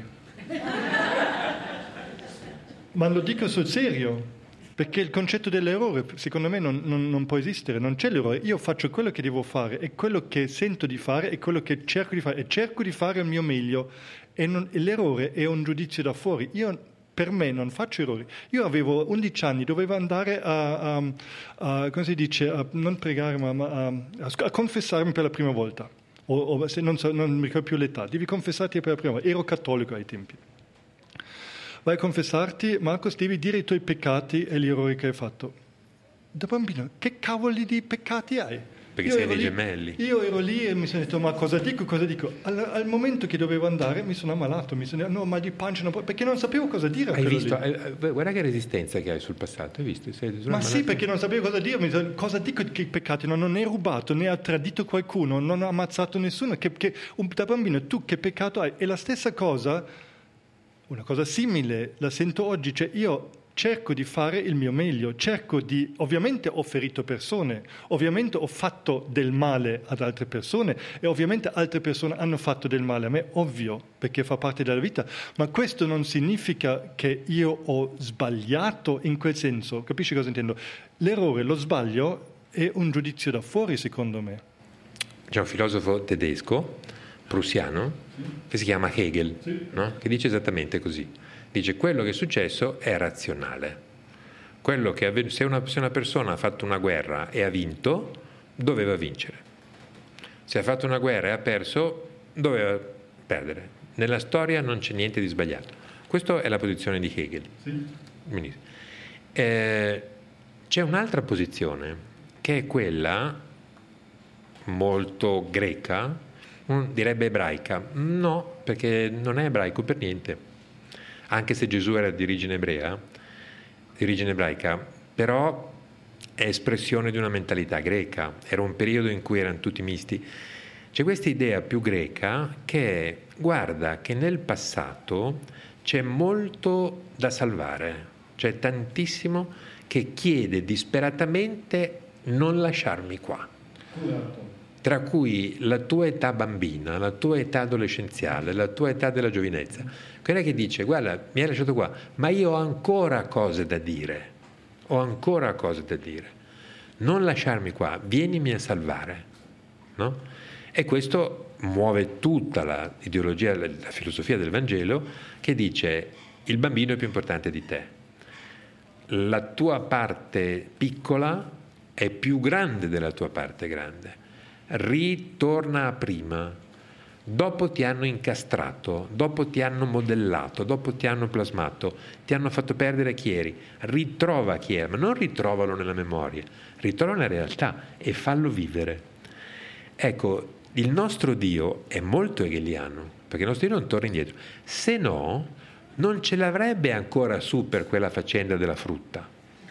Ma lo dico sul serio. Perché il concetto dell'errore, secondo me, non può esistere, non c'è l'errore. Io faccio quello che devo fare e quello che sento di fare e quello che cerco di fare e cerco di fare il mio meglio e l'errore è un giudizio da fuori. Io per me non faccio errori. Io avevo 11 anni, dovevo andare a come si dice, a non pregare, ma a confessarmi per la prima volta. se non mi ricordo più l'età, devi confessarti per la prima volta. Ero cattolico ai tempi. Vai a confessarti, Marcos, devi dire i tuoi peccati e gli errori che hai fatto. Da bambino, che cavoli di peccati hai?
Perché sei dei gemelli.
Io ero lì e mi sono detto, ma cosa dico? Al momento che dovevo andare mi sono ammalato, no, mal di pancia, perché non sapevo cosa dire.
Hai visto? Guarda che resistenza che hai sul passato, hai visto?
Ma sì, perché non sapevo cosa dire. Cosa dico che peccati? Non ho né rubato, né ho tradito qualcuno, non ho ammazzato nessuno. Da bambino tu che peccato hai? E la stessa cosa, una cosa simile, la sento oggi. Cioè io cerco di fare il mio meglio, ovviamente ho ferito persone, ovviamente ho fatto del male ad altre persone e ovviamente altre persone hanno fatto del male a me, ovvio, perché fa parte della vita, ma questo non significa che io ho sbagliato in quel senso, capisci cosa intendo? L'errore, lo sbaglio è un giudizio da fuori, secondo me.
C'è un filosofo tedesco, prussiano, che si chiama Hegel, no? Che dice esattamente così. Dice, quello che è successo è razionale. Quello che se una persona ha fatto una guerra e ha vinto, doveva vincere. Se ha fatto una guerra e ha perso, doveva perdere. Nella storia non c'è niente di sbagliato. Questa è la posizione di Hegel. Sì. C'è un'altra posizione, che è quella molto greca, direbbe ebraica. No, perché non è ebraico per niente. Anche se Gesù era di origine ebraica, però è espressione di una mentalità greca. Era un periodo in cui erano tutti misti. C'è questa idea più greca che guarda che nel passato c'è molto da salvare, c'è tantissimo che chiede disperatamente non lasciarmi qua. Tra cui la tua età bambina, la tua età adolescenziale, la tua età della giovinezza. Quella che dice, guarda, mi hai lasciato qua, ma io ho ancora cose da dire, non lasciarmi qua, vienimi a salvare, no? E questo muove tutta l'ideologia, la filosofia del Vangelo, che dice, il bambino è più importante di te, la tua parte piccola è più grande della tua parte grande. Ritorna a prima, dopo ti hanno incastrato, dopo ti hanno modellato, dopo ti hanno plasmato, ti hanno fatto perdere chi eri, ritrova chi eri, ma non ritrovalo nella memoria, ritrova nella realtà e fallo vivere. Ecco, il nostro Dio è molto hegeliano, perché il nostro Dio non torna indietro, se no non ce l'avrebbe ancora su per quella faccenda della frutta.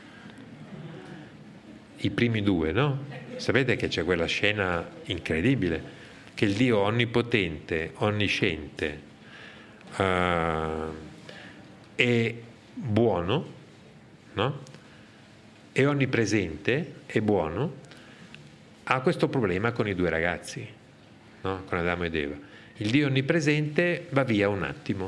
I primi due, no? Sapete che c'è quella scena incredibile, che il Dio onnipotente, onnisciente è buono, no? È onnipresente, è buono, ha questo problema con i due ragazzi, no? Con Adamo ed Eva. Il Dio onnipresente va via un attimo.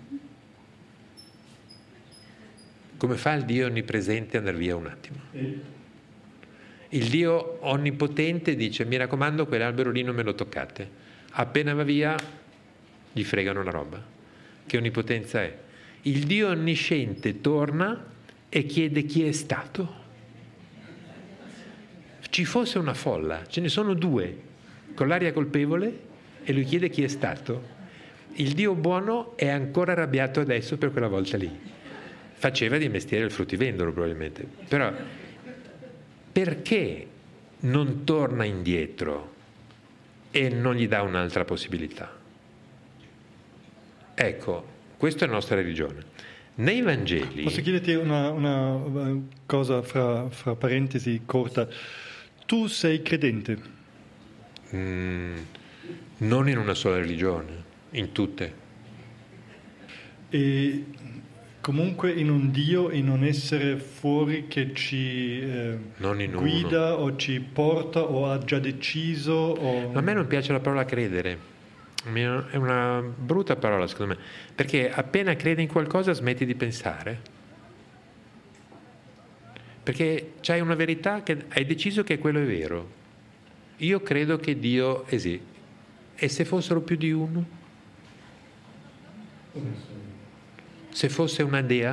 Come fa il Dio onnipresente ad andare via un attimo? Il Dio onnipotente dice, mi raccomando, quell'albero lì non me lo toccate. Appena va via, gli fregano la roba. Che onnipotenza è? Il Dio onnisciente torna e chiede chi è stato. Ci fosse una folla, ce ne sono due, con l'aria colpevole, e lui chiede chi è stato. Il Dio buono è ancora arrabbiato adesso per quella volta lì. Faceva di mestiere il fruttivendolo probabilmente, però perché non torna indietro e non gli dà un'altra possibilità? Ecco, questa è la nostra religione. Nei Vangeli...
Posso chiederti una cosa fra parentesi corta? Tu sei credente?
Non in una sola religione, in tutte.
E comunque in un Dio, in un essere fuori che ci guida o ci porta o ha già deciso? O...
A me non piace la parola credere, è una brutta parola secondo me, perché appena credi in qualcosa smetti di pensare, perché c'hai una verità che hai deciso che quello è vero. Io credo che Dio esiste, e se fossero più di uno? Se fosse una dea?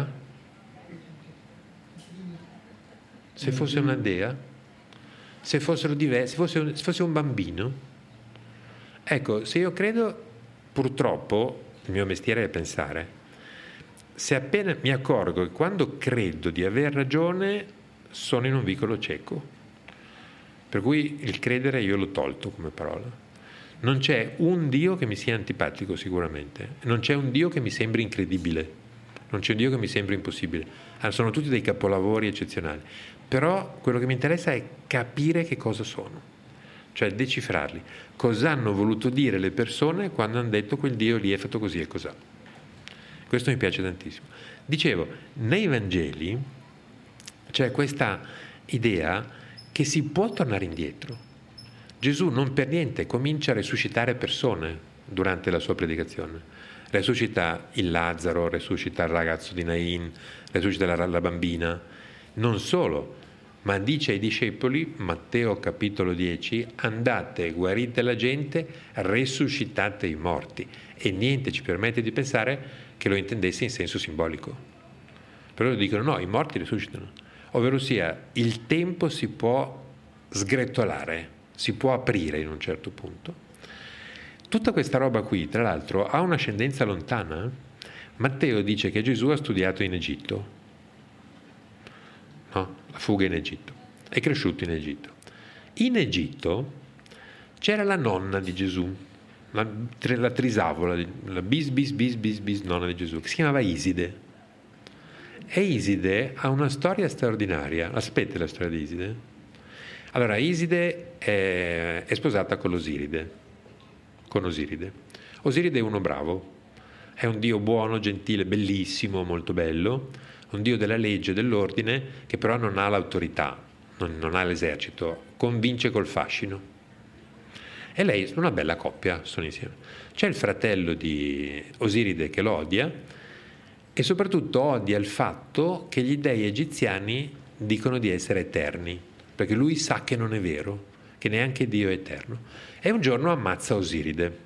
Se fosse una dea? Se fossero diversi, se fosse un bambino? Ecco, se io credo, purtroppo, il mio mestiere è pensare, se appena mi accorgo che quando credo di aver ragione sono in un vicolo cieco, per cui il credere io l'ho tolto come parola. Non c'è un Dio che mi sia antipatico sicuramente, non c'è un Dio che mi sembri incredibile, non c'è un Dio che mi sembri impossibile, sono tutti dei capolavori eccezionali, però quello che mi interessa è capire che cosa sono, cioè decifrarli, cosa hanno voluto dire le persone quando hanno detto quel Dio lì è fatto così e cos'ha. Questo mi piace tantissimo. Dicevo, nei Vangeli c'è questa idea che si può tornare indietro. Gesù non per niente comincia a resuscitare persone durante la sua predicazione. Resuscita il Lazzaro, resuscita il ragazzo di Nain, resuscita la bambina. Non solo, ma dice ai discepoli, Matteo capitolo 10, andate, guarite la gente, resuscitate i morti. E niente ci permette di pensare che lo intendesse in senso simbolico. Però dicono no, i morti resuscitano. Ovvero sia, il tempo si può sgretolare, si può aprire in un certo punto. Tutta questa roba qui, tra l'altro, ha un'ascendenza lontana. Matteo dice che Gesù ha studiato in Egitto, no? La fuga in Egitto, è cresciuto in Egitto. In Egitto c'era la nonna di Gesù, la trisavola, la bis nonna di Gesù, che si chiamava Iside. E Iside ha una storia straordinaria. Aspetta la storia di Iside. Allora, Iside è sposata con Osiride. Osiride è uno bravo, è un dio buono, gentile, bellissimo, molto bello, un dio della legge, dell'ordine, che però non ha l'autorità, non ha l'esercito, convince col fascino. E lei sono una bella coppia, sono insieme. C'è il fratello di Osiride che lo odia e soprattutto odia il fatto che gli dei egiziani dicono di essere eterni, perché lui sa che non è vero, che neanche Dio è eterno. E un giorno ammazza Osiride.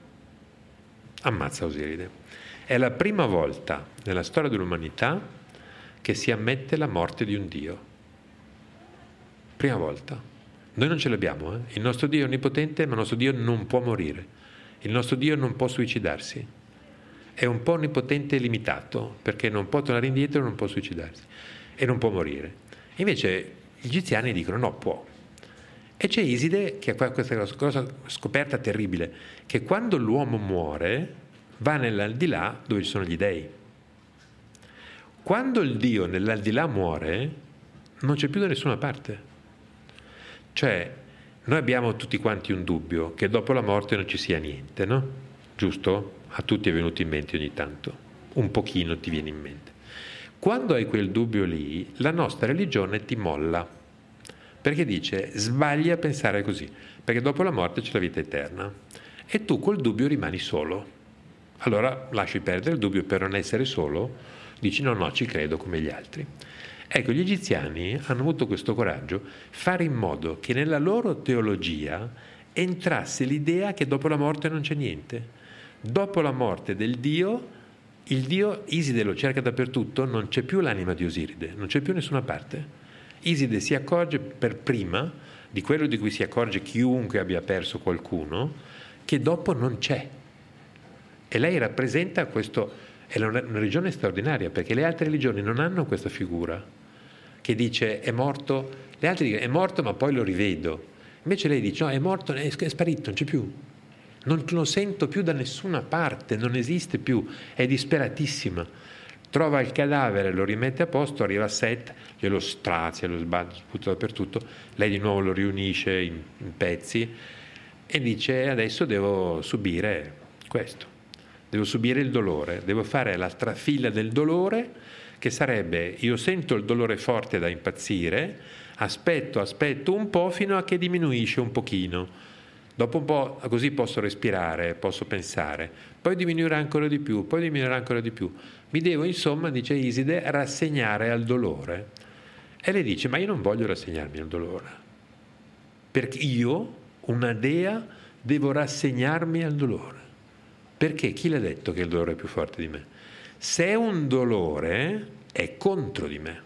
È la prima volta nella storia dell'umanità che si ammette la morte di un Dio. Prima volta. Noi non ce l'abbiamo, eh? Il nostro Dio è onnipotente, ma il nostro Dio non può morire. Il nostro Dio non può suicidarsi. È un po' onnipotente e limitato, perché non può tornare indietro, non può suicidarsi e non può morire. Invece gli egiziani dicono no, può. E c'è Iside che ha questa cosa scoperta terribile, che quando l'uomo muore va nell'aldilà dove ci sono gli dei. Quando il Dio nell'aldilà muore non c'è più da nessuna parte. Cioè, noi abbiamo tutti quanti un dubbio che dopo la morte non ci sia niente, no? Giusto? A tutti è venuto in mente ogni tanto, un pochino ti viene in mente. Quando hai quel dubbio lì, la nostra religione ti molla, perché dice sbagli a pensare così, perché dopo la morte c'è la vita eterna e tu col dubbio rimani solo. Allora lasci perdere il dubbio per non essere solo, dici no, ci credo come gli altri. Ecco, gli egiziani hanno avuto questo coraggio, fare in modo che nella loro teologia entrasse l'idea che dopo la morte non c'è niente. Dopo la morte del Dio, il Dio, Iside lo cerca dappertutto, non c'è più l'anima di Osiride, non c'è più nessuna parte. Iside si accorge per prima di quello di cui si accorge chiunque abbia perso qualcuno, che dopo non c'è. E lei rappresenta questo, è una religione straordinaria, perché le altre religioni non hanno questa figura, che dice è morto, le altre dicono è morto ma poi lo rivedo. Invece lei dice no, è morto, è sparito, non c'è più. Non lo sento più da nessuna parte, non esiste più, è disperatissima. Trova il cadavere, lo rimette a posto, arriva a Set, glielo strazia, lo sputa dappertutto, lei di nuovo lo riunisce in pezzi e dice adesso devo subire questo, devo subire il dolore, devo fare la trafila del dolore, che sarebbe io sento il dolore forte da impazzire, aspetto un po' fino a che diminuisce un pochino. Dopo un po' così posso respirare, posso pensare, poi diminuirà ancora di più, poi diminuirà ancora di più. Mi devo, insomma, dice Iside, rassegnare al dolore. E lei dice, ma io non voglio rassegnarmi al dolore, perché io, una dea, devo rassegnarmi al dolore. Perché? Chi l'ha detto che il dolore è più forte di me? Se è un dolore, è contro di me.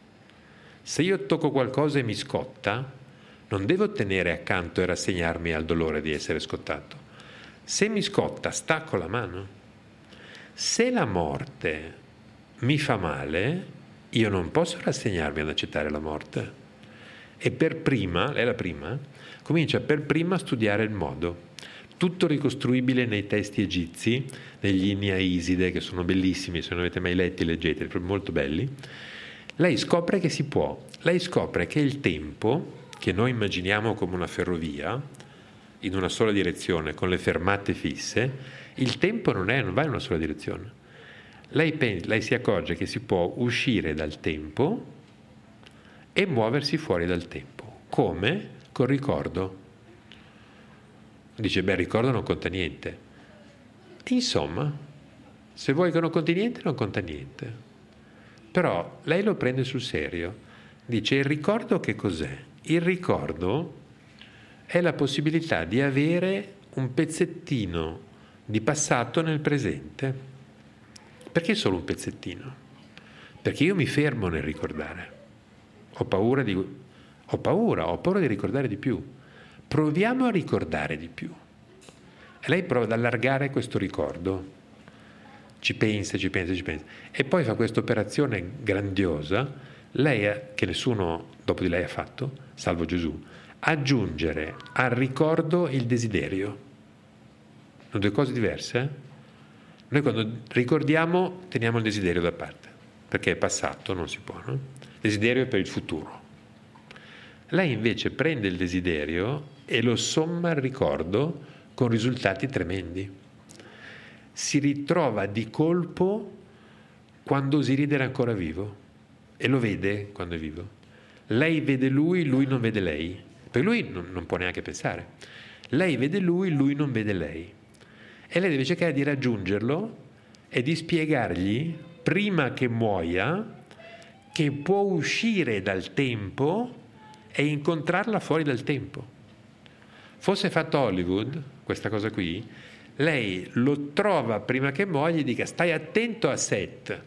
Se io tocco qualcosa e mi scotta, non devo tenere accanto e rassegnarmi al dolore di essere scottato. Se mi scotta, stacco la mano. Se la morte mi fa male, io non posso rassegnarmi ad accettare la morte. E per prima, lei è la prima, comincia per prima a studiare il modo. Tutto ricostruibile nei testi egizi, negli inni a Iside, che sono bellissimi, se non avete mai letti leggeteli, proprio molto belli. Lei scopre che si può, lei scopre che il tempo, che noi immaginiamo come una ferrovia, in una sola direzione, con le fermate fisse, il tempo non va in una sola direzione. Lei si accorge che si può uscire dal tempo e muoversi fuori dal tempo. Come? Col ricordo. Dice, il ricordo non conta niente. Insomma, se vuoi che non conti niente, non conta niente. Però lei lo prende sul serio. Dice, il ricordo che cos'è? Il ricordo è la possibilità di avere un pezzettino di passato nel presente. Perché solo un pezzettino? Perché io mi fermo nel ricordare. Ho paura di ricordare di più. Proviamo a ricordare di più. E lei prova ad allargare questo ricordo. Ci pensa. E poi fa questa operazione grandiosa, lei, che nessuno dopo di lei ha fatto, salvo Gesù, aggiungere al ricordo il desiderio. Sono due cose diverse. Noi quando ricordiamo teniamo il desiderio da parte, perché è passato, non si può, no? Il desiderio è per il futuro. Lei invece prende il desiderio e lo somma al ricordo con risultati tremendi. Si ritrova di colpo quando Osiride era ancora vivo e lo vede quando è vivo. Lei vede lui non vede lei, perché lui non può neanche pensare. Lei vede lui non vede lei. E lei deve cercare di raggiungerlo e di spiegargli, prima che muoia, che può uscire dal tempo e incontrarla fuori dal tempo. Fosse fatto Hollywood, questa cosa qui, lei lo trova prima che muoia e gli dica: stai attento a set,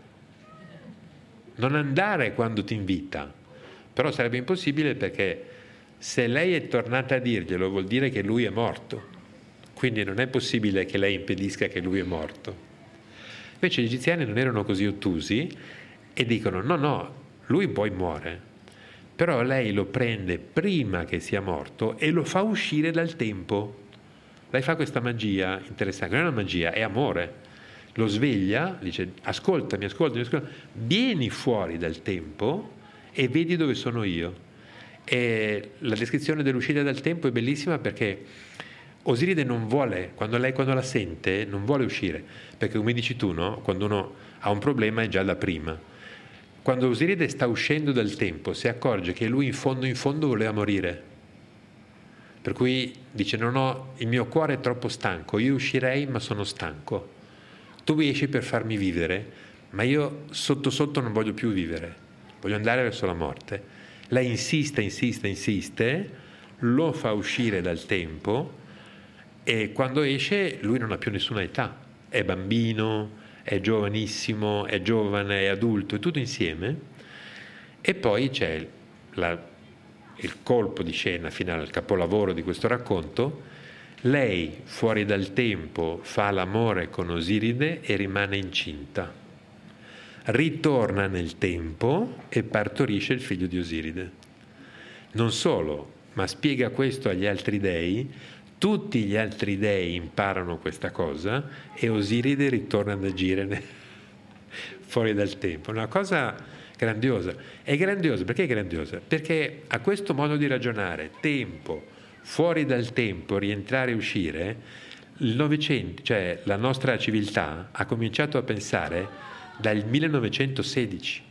non andare quando ti invita. Però sarebbe impossibile, perché se lei è tornata a dirglielo vuol dire che lui è morto, quindi non è possibile che lei impedisca che lui è morto. Invece gli egiziani non erano così ottusi e dicono: no, lui poi muore, però lei lo prende prima che sia morto e lo fa uscire dal tempo. Lei fa questa magia interessante, non è una magia, è amore. Lo sveglia, dice: ascoltami, vieni fuori dal tempo e vedi dove sono io. E la descrizione dell'uscita dal tempo è bellissima, perché Osiride non vuole, quando la sente, non vuole uscire, perché come dici tu, no? Quando uno ha un problema è già da prima. Quando Osiride sta uscendo dal tempo si accorge che lui in fondo voleva morire, per cui dice: il mio cuore è troppo stanco, io uscirei ma sono stanco, tu esci per farmi vivere, ma io sotto non voglio più vivere, voglio andare verso la morte. Lei insiste, lo fa uscire dal tempo, e quando esce lui non ha più nessuna età, è bambino, è giovanissimo, è giovane, è adulto, è tutto insieme. E poi c'è il colpo di scena finale, il capolavoro di questo racconto. Lei fuori dal tempo fa l'amore con Osiride e rimane incinta, ritorna nel tempo e partorisce il figlio di Osiride. Non solo, ma spiega questo agli altri dei. Tutti gli altri dei imparano questa cosa e Osiride ritorna ad agire fuori dal tempo. Una cosa grandiosa. È grandiosa, perché è grandiosa? Perché a questo modo di ragionare, tempo, fuori dal tempo, rientrare e uscire, il Novecento, cioè la nostra civiltà, ha cominciato a pensare dal 1916,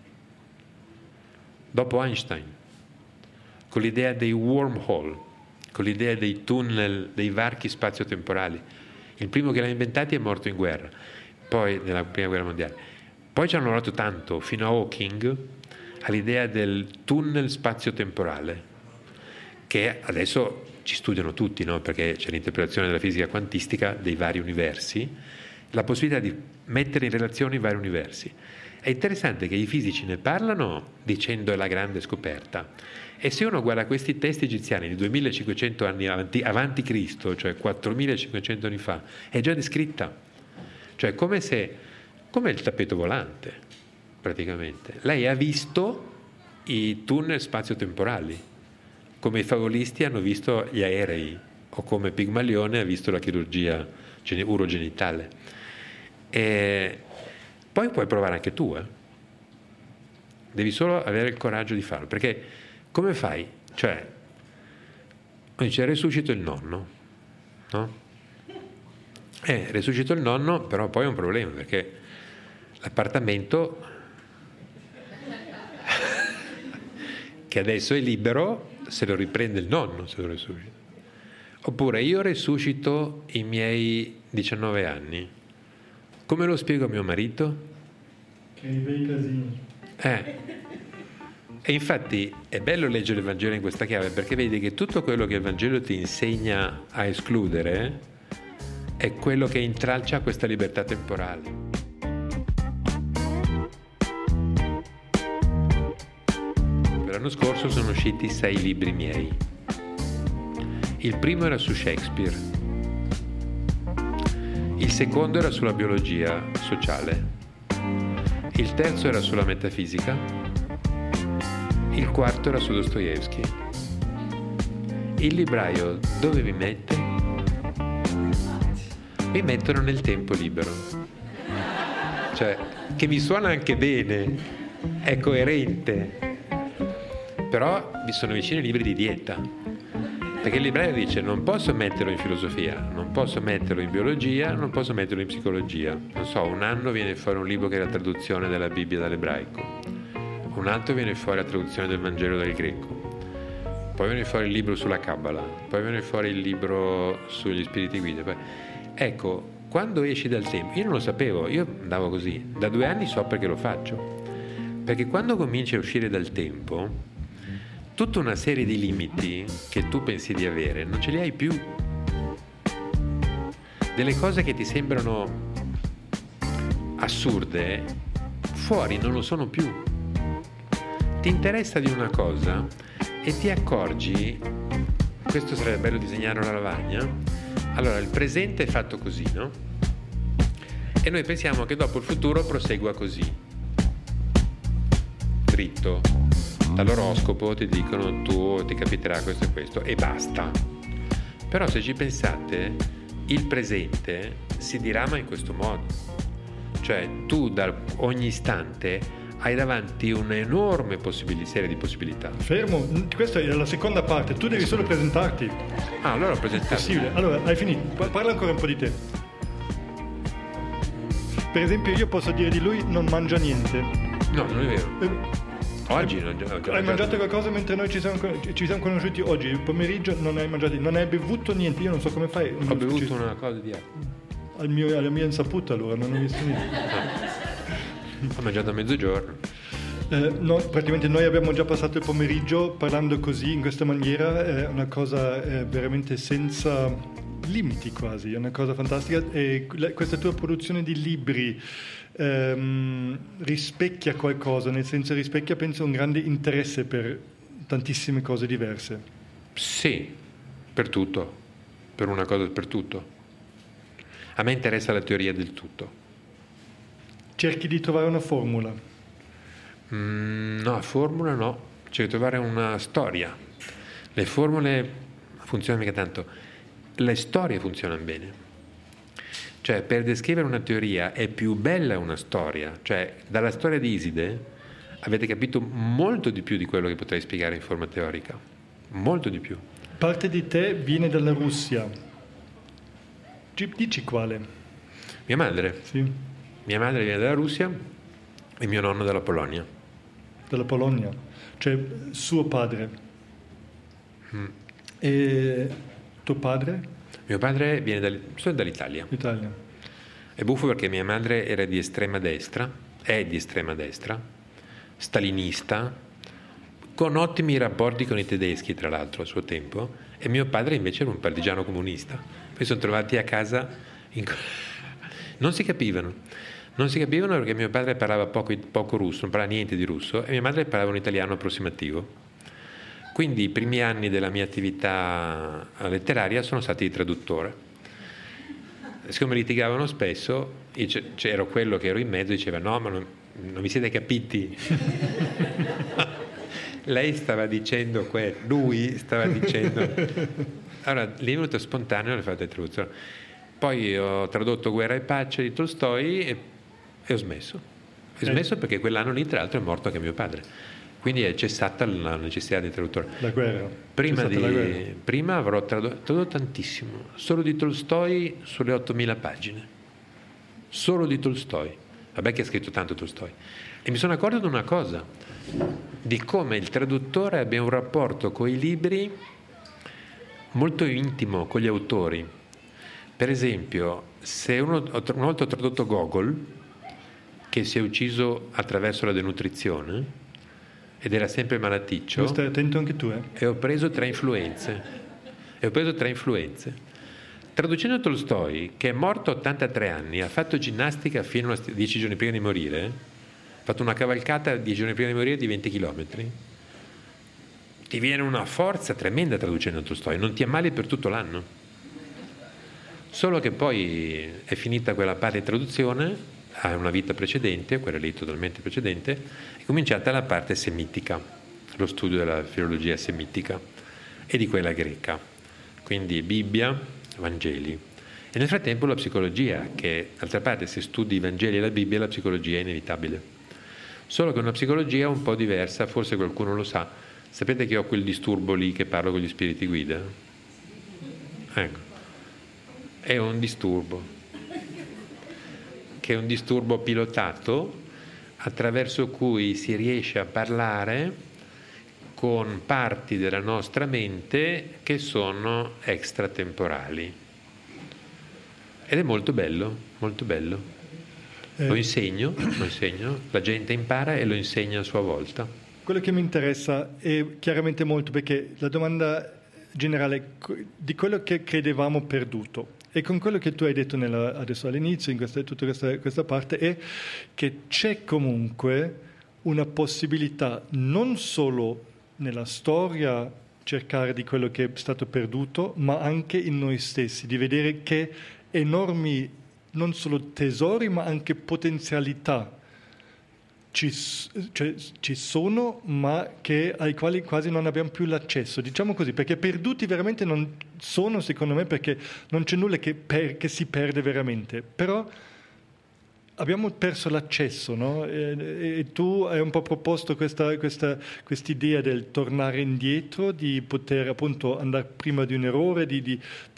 dopo Einstein, con l'idea dei wormhole, con l'idea dei tunnel, dei varchi spazio-temporali. Il primo che l'ha inventati è morto in guerra, poi nella prima guerra mondiale. Poi ci hanno lavorato tanto, fino a Hawking, all'idea del tunnel spazio-temporale, che adesso ci studiano tutti, no? Perché c'è l'interpretazione della fisica quantistica dei vari universi, la possibilità di mettere in relazione i vari universi. È interessante che i fisici ne parlano dicendo è la grande scoperta, e se uno guarda questi testi egiziani di 2500 anni avanti Cristo, cioè 4500 anni fa, è già descritta, cioè come il tappeto volante praticamente. Lei ha visto i tunnel spazio-temporali, come i favolisti hanno visto gli aerei, o come Pigmalione ha visto la chirurgia urogenitale. E poi puoi provare anche tu, devi solo avere il coraggio di farlo, perché come fai? Cioè, dice resuscito il nonno, no? Resuscito il nonno, però poi è un problema, perché l'appartamento che adesso è libero se lo riprende il nonno, se lo resuscita. Oppure io resuscito i miei 19 anni, come lo spiego a mio marito?
Che hai bei casini.
E infatti è bello leggere il Vangelo in questa chiave, perché vedi che tutto quello che il Vangelo ti insegna a escludere è quello che intralcia questa libertà temporale. L'anno scorso sono usciti 6 libri miei. Il primo era su Shakespeare, il secondo era sulla biologia sociale, il terzo era sulla metafisica, il quarto era su Dostoevsky. Il libraio dove vi mette? Mi mettono nel tempo libero, cioè che mi suona anche bene, è coerente, però mi sono vicino ai libri di dieta, perché il libraio dice non posso metterlo in filosofia, non posso metterlo in biologia, non posso metterlo in psicologia. Non so, un anno viene fuori un libro che è la traduzione della Bibbia dall'ebraico, un altro viene fuori la traduzione del Vangelo dal greco, poi viene fuori il libro sulla Kabbalah, poi viene fuori il libro sugli spiriti guida. Ecco, quando esci dal tempo, io non lo sapevo, io andavo così, da 2 anni so perché lo faccio, perché quando cominci a uscire dal tempo, tutta una serie di limiti che tu pensi di avere non ce li hai più. Delle cose che ti sembrano assurde, fuori non lo sono più. Ti interessa di una cosa e ti accorgi, questo sarebbe bello disegnare una lavagna, allora il presente è fatto così, no? E noi pensiamo che dopo il futuro prosegua così, dritto. Dall'oroscopo ti dicono tu ti capiterà questo e questo e basta. Però se ci pensate, il presente si dirama in questo modo, cioè tu da ogni istante hai davanti un'enorme serie di possibilità.
Fermo, questa è la seconda parte, tu devi solo presentarti.
Ah, allora ho presentato.
Possibile. Allora, hai finito, parla ancora un po' di te. Per esempio io posso dire di lui non mangia niente.
No, non è vero. Oggi non
hai mangiato qualcosa mentre noi ci siamo conosciuti oggi, il pomeriggio non hai mangiato, non hai bevuto niente, io non so come fai.
Ho bevuto una cosa di acqua.
Alla mia insaputa allora, non ho visto niente.
Ho mangiato a mezzogiorno.
No, praticamente noi abbiamo già passato il pomeriggio parlando così, in questa maniera, è una cosa veramente senza limiti quasi, è una cosa fantastica e questa tua produzione di libri rispecchia qualcosa, nel senso rispecchia penso un grande interesse per tantissime cose diverse.
Sì, per tutto, per una cosa per tutto. A me interessa la teoria del tutto.
Cerchi di trovare una formula?
No, formula no, cerco di trovare una storia. Le formule funzionano mica tanto, le storie funzionano bene. Cioè, per descrivere una teoria è più bella una storia. Cioè, dalla storia di Iside avete capito molto di più di quello che potrei spiegare in forma teorica. Molto di più.
Parte di te viene dalla Russia. Dici quale?
Mia madre.
Sì.
Mia madre viene dalla Russia e mio nonno dalla Polonia.
Dalla Polonia. Cioè, suo padre. E tuo padre?
Mio padre viene dall'Italia.
Italia.
È buffo perché mia madre era di estrema destra, è di estrema destra, stalinista, con ottimi rapporti con i tedeschi, tra l'altro, a suo tempo, e mio padre invece era un partigiano comunista. Poi sono trovati a casa, non si capivano, Non si capivano perché mio padre parlava poco russo, non parlava niente di russo, e mia madre parlava un italiano approssimativo. Quindi i primi anni della mia attività letteraria sono stati di traduttore. Siccome litigavano spesso, ero quello che ero in mezzo e diceva no, ma non mi siete capiti. Lei stava dicendo lui stava dicendo. Allora lì è venuto spontaneo le fatte traduzione. Poi ho tradotto Guerra e pace di Tolstoi e ho smesso. Ho smesso perché quell'anno lì tra l'altro è morto anche mio padre. Quindi è cessata la necessità di traduttore.
La guerra.
Prima avrò tradotto tantissimo, solo di Tolstoi sulle 8.000 pagine. Solo di Tolstoi. Vabbè che ha scritto tanto Tolstoi. E mi sono accorto di una cosa, di come il traduttore abbia un rapporto con i libri molto intimo con gli autori. Per esempio, se una volta ho tradotto Gogol, che si è ucciso attraverso la denutrizione, ed era sempre malaticcio.
Stai attento anche tu,
E ho preso tre influenze. Traducendo Tolstoi, che è morto a 83 anni, ha fatto ginnastica fino a 10 giorni prima di morire, ha fatto una cavalcata 10 giorni prima di morire di 20 chilometri, ti viene una forza tremenda traducendo Tolstoi, non ti ammali per tutto l'anno. Solo che poi è finita quella parte di traduzione, ha una vita precedente, quella lì totalmente precedente, è cominciata la parte semitica, lo studio della filologia semitica e di quella greca, quindi Bibbia, Vangeli. E nel frattempo la psicologia, che d'altra parte se studi i Vangeli e la Bibbia la psicologia è inevitabile. Solo che una psicologia un po' diversa, forse qualcuno lo sa. Sapete che ho quel disturbo lì che parlo con gli spiriti guida? Ecco, è un disturbo. Che è un disturbo pilotato attraverso cui si riesce a parlare con parti della nostra mente che sono extratemporali. Ed è molto bello, molto bello. Lo insegno, la gente impara e lo insegna a sua volta.
Quello che mi interessa è chiaramente molto, perché la domanda generale di quello che credevamo perduto, e con quello che tu hai detto adesso all'inizio, in tutta questa parte, è che c'è comunque una possibilità non solo nella storia cercare di quello che è stato perduto, ma anche in noi stessi, di vedere che enormi non solo tesori ma anche potenzialità ci sono, ma ai quali quasi non abbiamo più l'accesso, diciamo così, perché perduti veramente non sono, secondo me, perché non c'è nulla che si perde veramente, però abbiamo perso l'accesso, no? E tu hai un po' proposto quest'idea del tornare indietro, di poter appunto andare prima di un errore, di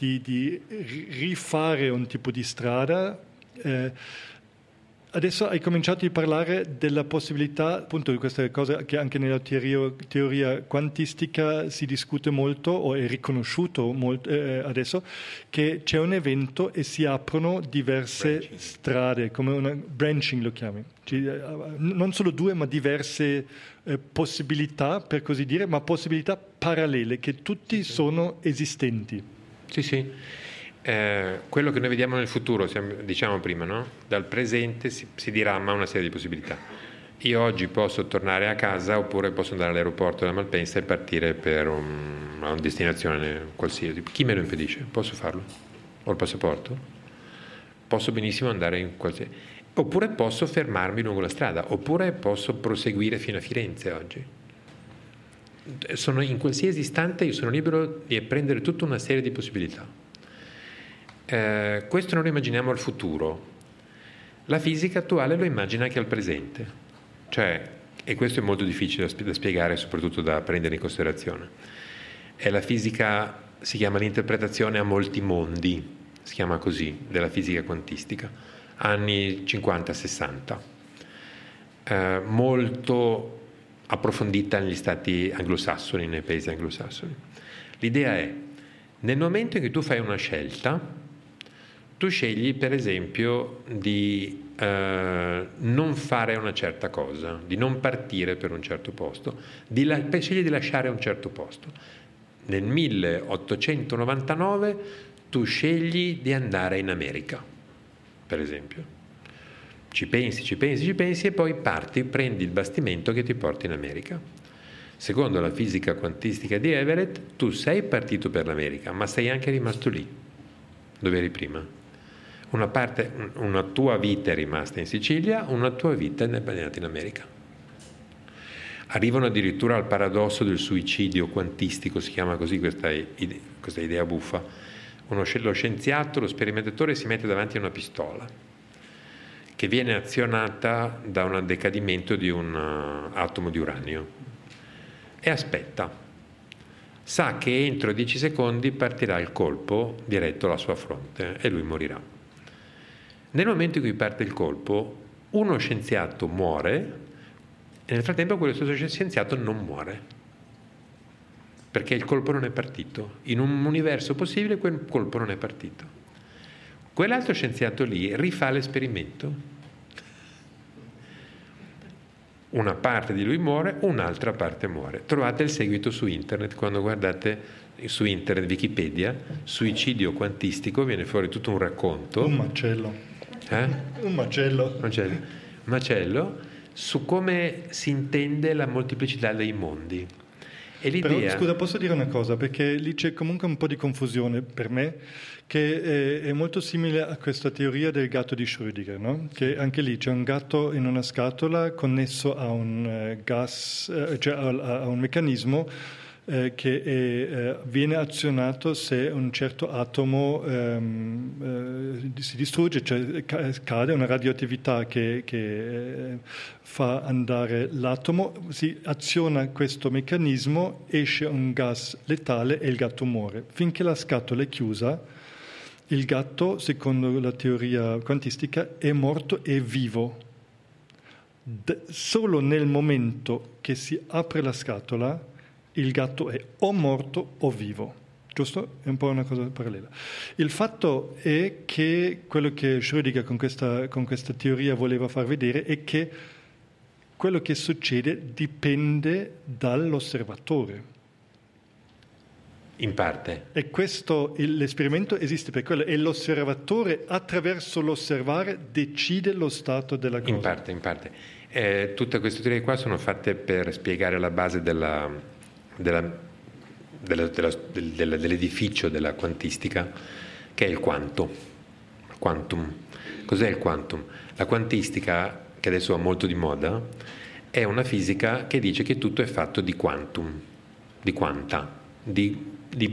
rifare un tipo di strada. Adesso hai cominciato a parlare della possibilità, appunto, di questa cosa che anche nella teoria quantistica si discute molto, o è riconosciuto molto, adesso, che c'è un evento e si aprono diverse strade, come una branching lo chiami. Non solo due, ma diverse possibilità, per così dire, ma possibilità parallele, che tutti sono esistenti.
Sì. Quello che noi vediamo nel futuro, diciamo prima, no? Dal presente si dirama una serie di possibilità. Io oggi posso tornare a casa, oppure posso andare all'aeroporto da Malpensa e partire per una destinazione qualsiasi. Chi me lo impedisce? Posso farlo? Ho il passaporto? Posso benissimo andare in qualsiasi... Oppure posso fermarmi lungo la strada, oppure posso proseguire fino a Firenze oggi. In qualsiasi istante io sono libero di prendere tutta una serie di possibilità. Questo non lo immaginiamo al futuro. La fisica attuale lo immagina anche al presente, e questo è molto difficile da spiegare, soprattutto da prendere in considerazione. La fisica si chiama l'interpretazione a molti mondi, si chiama così, della fisica quantistica, anni 50-60, molto approfondita negli stati anglosassoni, nei paesi anglosassoni. L'idea è, nel momento in cui tu fai una scelta, tu scegli per esempio di non fare una certa cosa, di non partire per un certo posto, scegli di lasciare un certo posto. Nel 1899 tu scegli di andare in America, per esempio. Ci pensi e poi prendi il bastimento che ti porta in America. Secondo la fisica quantistica di Everett, tu sei partito per l'America, ma sei anche rimasto lì, dove eri prima. Una tua vita è rimasta in Sicilia, una tua vita è andata in America. Arrivano addirittura al paradosso del suicidio quantistico, si chiama così questa idea buffa. Lo scienziato, lo sperimentatore si mette davanti a una pistola che viene azionata da un decadimento di un atomo di uranio e aspetta. Sa che entro 10 secondi partirà il colpo diretto alla sua fronte e lui morirà. Nel momento in cui parte il colpo, uno scienziato muore e nel frattempo quello stesso scienziato non muore, perché il colpo non è partito. In un universo possibile quel colpo non è partito. Quell'altro scienziato lì rifà l'esperimento. Una parte di lui muore, un'altra parte muore. Trovate il seguito su internet, quando guardate su internet Wikipedia, suicidio quantistico, viene fuori tutto un racconto.
Un macello. Un
macello su come si intende la molteplicità dei mondi. E l'idea...
Però, scusa, posso dire una cosa? Perché lì c'è comunque un po' di confusione per me, che è molto simile a questa teoria del gatto di Schrödinger, no? Che anche lì c'è un gatto in una scatola connesso a un gas, cioè a un meccanismo che viene azionato se un certo atomo si distrugge, cioè cade, una radioattività che fa andare l'atomo, si aziona questo meccanismo, esce un gas letale e il gatto muore. Finché la scatola è chiusa, il gatto, secondo la teoria quantistica, è morto e vivo. Solo nel momento che si apre la scatola il gatto è o morto o vivo, giusto? È un po' una cosa parallela. Il fatto è che quello che Schrödinger con questa teoria voleva far vedere è che quello che succede dipende dall'osservatore.
In parte.
E l'esperimento esiste per quello, e l'osservatore attraverso l'osservare decide lo stato della cosa.
In parte. Tutte queste teorie qua sono fatte per spiegare la base dell'edificio della quantistica, che è il quantum. Cos'è il quantum? La quantistica, che adesso va molto di moda, è una fisica che dice che tutto è fatto di quantum, di quanta, di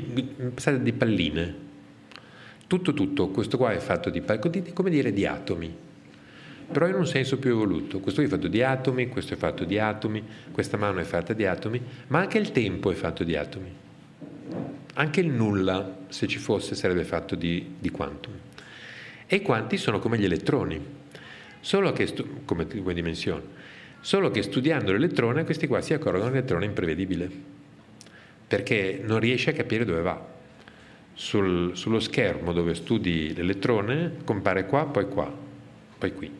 palline. Tutto, questo qua è fatto come dire di atomi, però in un senso più evoluto. Questo è fatto di atomi, questo è fatto di atomi, questa mano è fatta di atomi, ma anche il tempo è fatto di atomi. Anche il nulla, se ci fosse, sarebbe fatto di quantum. E i quanti sono come gli elettroni, solo che come dimensioni. Solo che studiando l'elettrone, questi qua si accorgono che l'elettrone è imprevedibile, perché non riesce a capire dove va. Sullo schermo dove studi l'elettrone compare qua, poi qui.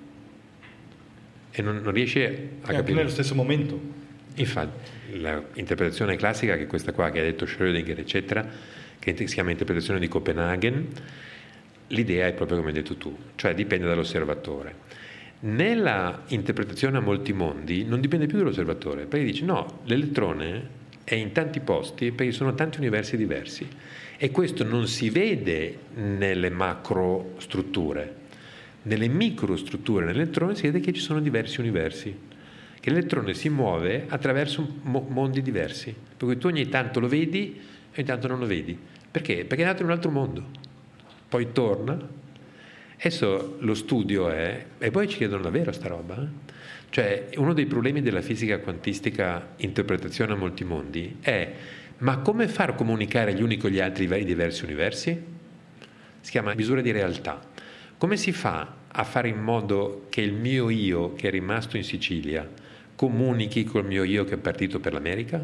E non riesce a capire.
Nello stesso momento.
Infatti, l'interpretazione classica, che è questa qua che ha detto Schrödinger, eccetera, che si chiama interpretazione di Copenaghen, l'idea è proprio come hai detto tu, cioè dipende dall'osservatore. Nella interpretazione a molti mondi non dipende più dall'osservatore, perché dice no, l'elettrone è in tanti posti perché sono tanti universi diversi, e questo non si vede nelle macrostrutture. Nelle microstrutture nell'elettrone si vede che ci sono diversi universi, che l'elettrone si muove attraverso mondi diversi, per cui tu ogni tanto lo vedi e ogni tanto non lo vedi. Perché? Perché è nato in un altro mondo, poi torna. Adesso lo studio è, e poi ci chiedono davvero sta roba, Cioè, uno dei problemi della fisica quantistica, interpretazione a molti mondi, è: ma come far comunicare gli uni con gli altri i vari diversi universi? Si chiama misura di realtà. Come si fa a fare in modo che il mio io, che è rimasto in Sicilia, comunichi col mio io che è partito per l'America?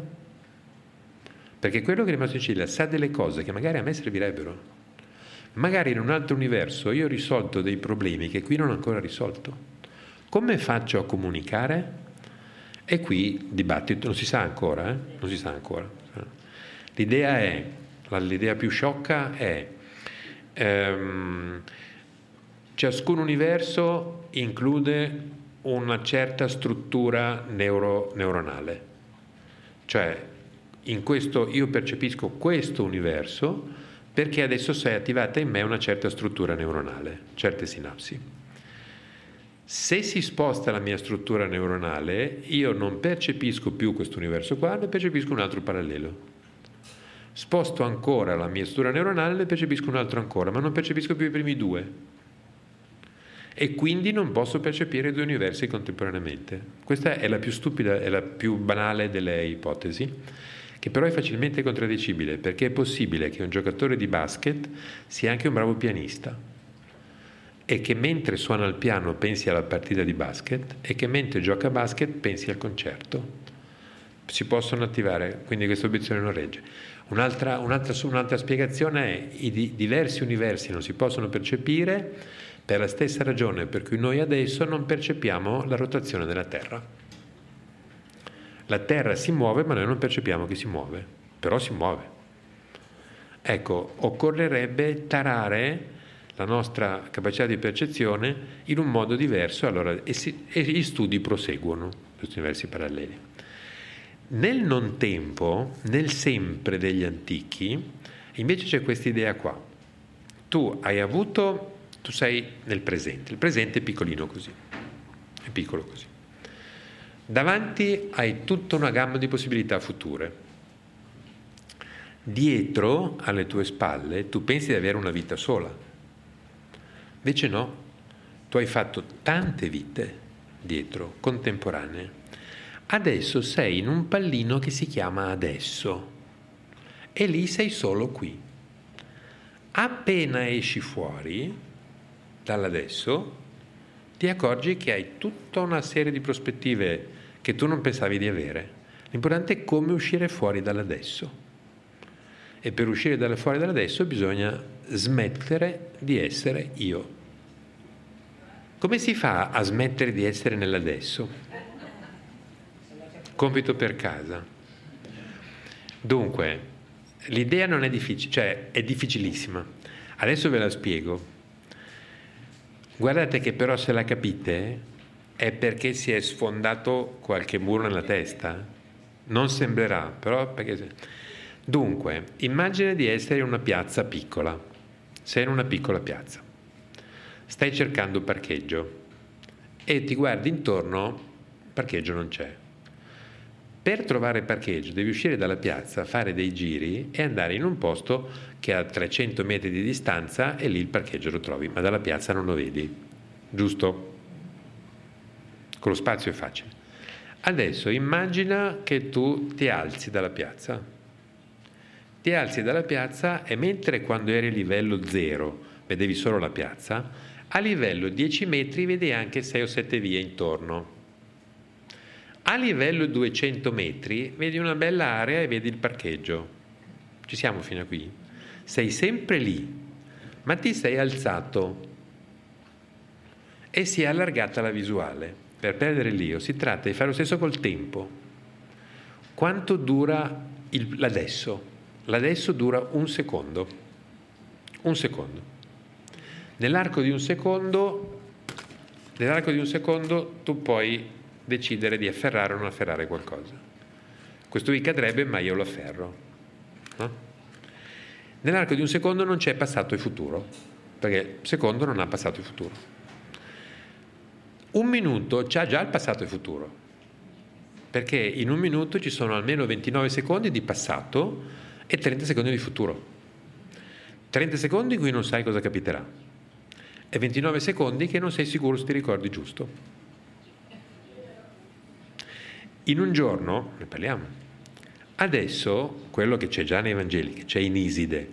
Perché quello che è rimasto in Sicilia sa delle cose che magari a me servirebbero. Magari in un altro universo io ho risolto dei problemi che qui non ho ancora risolto. Come faccio a comunicare? E qui dibattito, non si sa ancora, Non si sa ancora. L'idea più sciocca è Ciascun universo include una certa struttura neuronale, cioè in questo io percepisco questo universo perché adesso si è attivata in me una certa struttura neuronale, certe sinapsi. Se si sposta la mia struttura neuronale, io non percepisco più questo universo qua, ne percepisco un altro parallelo. Sposto ancora la mia struttura neuronale, ne percepisco un altro ancora, ma non percepisco più i primi due. E quindi non posso percepire due universi contemporaneamente. Questa è la più stupida e la più banale delle ipotesi, che però è facilmente contraddicibile, perché è possibile che un giocatore di basket sia anche un bravo pianista e che mentre suona il piano pensi alla partita di basket e che mentre gioca a basket pensi al concerto. Si possono attivare, quindi questa obiezione non regge. Un'altra spiegazione è che i diversi universi non si possono percepire per la stessa ragione per cui noi adesso non percepiamo la rotazione della Terra. La Terra si muove, ma noi non percepiamo che si muove, però si muove. Ecco, occorrerebbe tarare la nostra capacità di percezione in un modo diverso, allora, e gli studi proseguono, questi universi paralleli. Nel non tempo, nel sempre degli antichi, invece c'è questa idea qua. Tu sei nel presente, il presente è piccolino così, è piccolo così. Davanti hai tutta una gamma di possibilità future. Dietro, alle tue spalle, tu pensi di avere una vita sola. Invece no, tu hai fatto tante vite dietro, contemporanee. Adesso sei in un pallino che si chiama adesso e lì sei solo qui. Appena esci fuori dall'adesso, ti accorgi che hai tutta una serie di prospettive che tu non pensavi di avere. L'importante è come uscire fuori dall'adesso. E per uscire fuori dall'adesso bisogna smettere di essere io. Come si fa a smettere di essere nell'adesso? Compito per casa. Dunque, l'idea non è difficile, cioè è difficilissima. Adesso ve la spiego. Guardate che però se la capite è perché si è sfondato qualche muro nella testa. Non sembrerà, però perché... Dunque, immagina di essere in una piazza piccola. Sei in una piccola piazza. Stai cercando parcheggio e ti guardi intorno, parcheggio non c'è. Per trovare parcheggio devi uscire dalla piazza, fare dei giri e andare in un posto che ha 300 metri di distanza e lì il parcheggio lo trovi, ma dalla piazza non lo vedi, giusto? Con lo spazio è facile. Adesso immagina che tu ti alzi dalla piazza. Ti alzi dalla piazza e mentre quando eri a livello 0 vedevi solo la piazza, a livello 10 metri vedi anche 6 o 7 vie intorno. A livello 200 metri vedi una bella area e vedi il parcheggio. Ci siamo fino a qui? Sei sempre lì, ma ti sei alzato e si è allargata la visuale. Per perdere l'io si tratta di fare lo stesso col tempo. Quanto dura l'adesso? L'adesso dura un secondo. Un secondo. Nell'arco di un secondo tu puoi decidere di afferrare o non afferrare qualcosa. Questo vi cadrebbe, ma io lo afferro. No? Nell'arco di un secondo non c'è passato e futuro, perché il secondo non ha passato e futuro. Un minuto c'ha già il passato e futuro, perché in un minuto ci sono almeno 29 secondi di passato e 30 secondi di futuro. 30 secondi in cui non sai cosa capiterà e 29 secondi che non sei sicuro se ti ricordi giusto. In un giorno, ne parliamo, adesso quello che c'è già nei Vangeli, che c'è in Iside,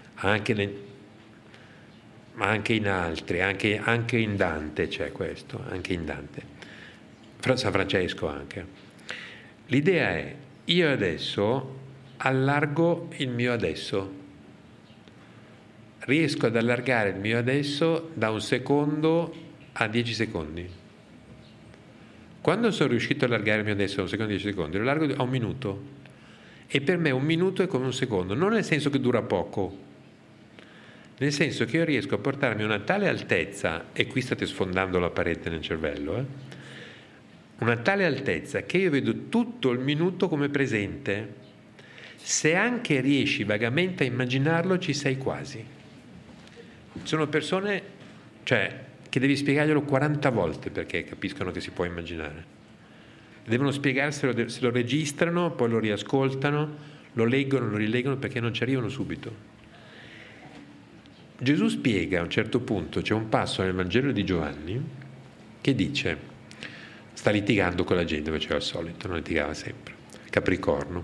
ma anche in altri, anche in Dante c'è questo, anche in Dante, San Francesco anche. L'idea è, io adesso allargo il mio adesso, riesco ad allargare il mio adesso da un secondo a 10 secondi. Quando sono riuscito a allargare il mio adesso da un secondo a 10 secondi, lo allargo a un minuto. E per me un minuto è come un secondo, non nel senso che dura poco, nel senso che io riesco a portarmi a una tale altezza, e qui state sfondando la parete nel cervello, una tale altezza che io vedo tutto il minuto come presente. Se anche riesci vagamente a immaginarlo, ci sei quasi. Ci sono persone, cioè, che devi spiegarglielo 40 volte perché capiscono che si può immaginare. Devono spiegarselo, se lo registrano, poi lo riascoltano, lo leggono, lo rileggono, perché non ci arrivano subito. Gesù spiega a un certo punto, c'è un passo nel Vangelo di Giovanni che dice, sta litigando con la gente, faceva il solito, non litigava sempre, Capricorno,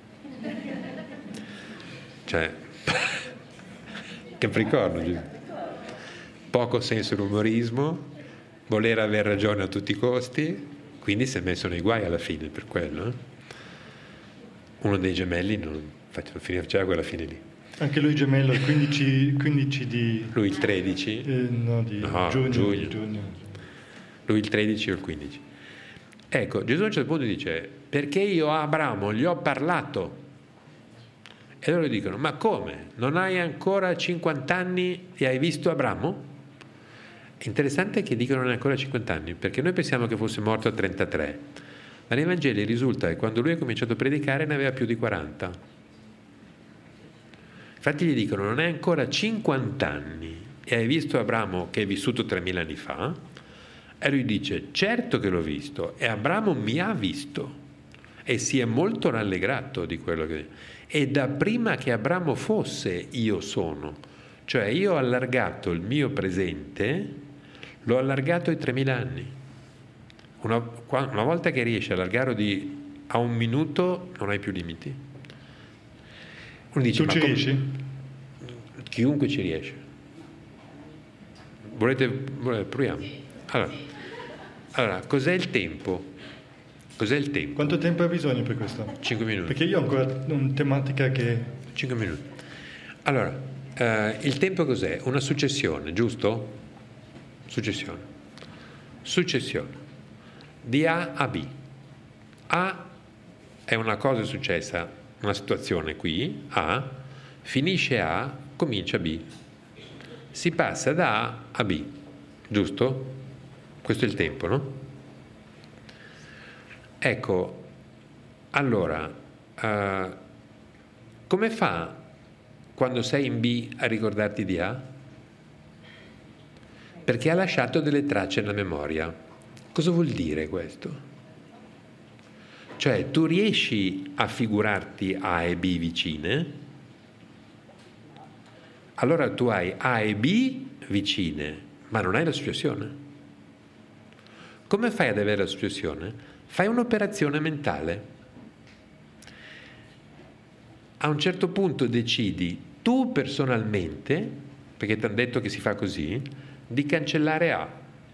cioè Capricorno, Gesù. Poco senso dell'umorismo, voler aver ragione a tutti i costi, quindi si è messo nei guai alla fine per quello. Uno dei gemelli non faceva quella fine lì.
Anche lui gemello, il 15 di...
Lui il 13?
Di giugno.
Lui il 13 o il 15. Ecco, Gesù a un certo punto dice, perché io a Abramo gli ho parlato. E loro dicono, ma come? Non hai ancora 50 anni e hai visto Abramo? È interessante che dicono non hai ancora 50 anni, perché noi pensiamo che fosse morto a 33. Ma nei Vangeli risulta che quando lui ha cominciato a predicare ne aveva più di 40. Infatti gli dicono, non hai ancora 50 anni e hai visto Abramo che è vissuto 3000 anni fa? E lui dice, certo che l'ho visto, e Abramo mi ha visto e si è molto rallegrato di quello che... E da prima che Abramo fosse io sono, cioè io ho allargato il mio presente, l'ho allargato ai 3000 anni. Una volta che riesci a allargarlo a un minuto non hai più limiti. Uno dice,
tu ci riesci?
Chiunque ci riesce. Volete proviamo. Allora, cos'è il tempo? Cos'è il tempo?
Quanto tempo hai bisogno per questo?
5 minuti.
Perché io ho ancora una tematica che...
5 minuti. Allora, il tempo cos'è? Una successione, giusto? Successione. Di A a B. A è una cosa successa, una situazione qui, A, finisce A, comincia B. Si passa da A a B, giusto? Questo è il tempo, no? Ecco, allora, come fa quando sei in B a ricordarti di A? Perché ha lasciato delle tracce nella memoria. Cosa vuol dire questo? Cioè, tu riesci a figurarti A e B vicine, allora tu hai A e B vicine, ma non hai la successione. Come fai ad avere la successione? Fai un'operazione mentale. A un certo punto decidi tu personalmente, perché ti hanno detto che si fa così, di cancellare A,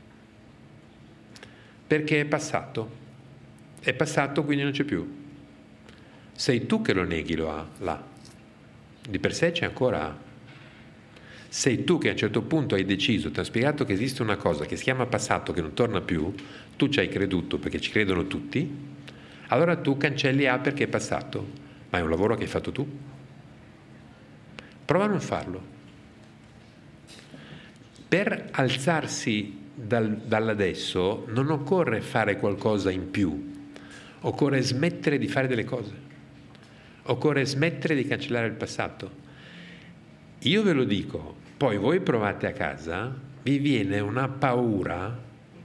perché è passato. È passato, quindi non c'è più. Sei tu che lo neghi lo A, là. Di per sé c'è ancora A. Sei tu che a un certo punto hai deciso, ti ha spiegato che esiste una cosa che si chiama passato, che non torna più, tu ci hai creduto perché ci credono tutti, allora tu cancelli A perché è passato, ma è un lavoro che hai fatto tu. Prova a non farlo. Per alzarsi dall'adesso non occorre fare qualcosa in più, occorre smettere di fare delle cose, occorre smettere di cancellare il passato. Io ve lo dico, poi voi provate a casa, vi viene una paura,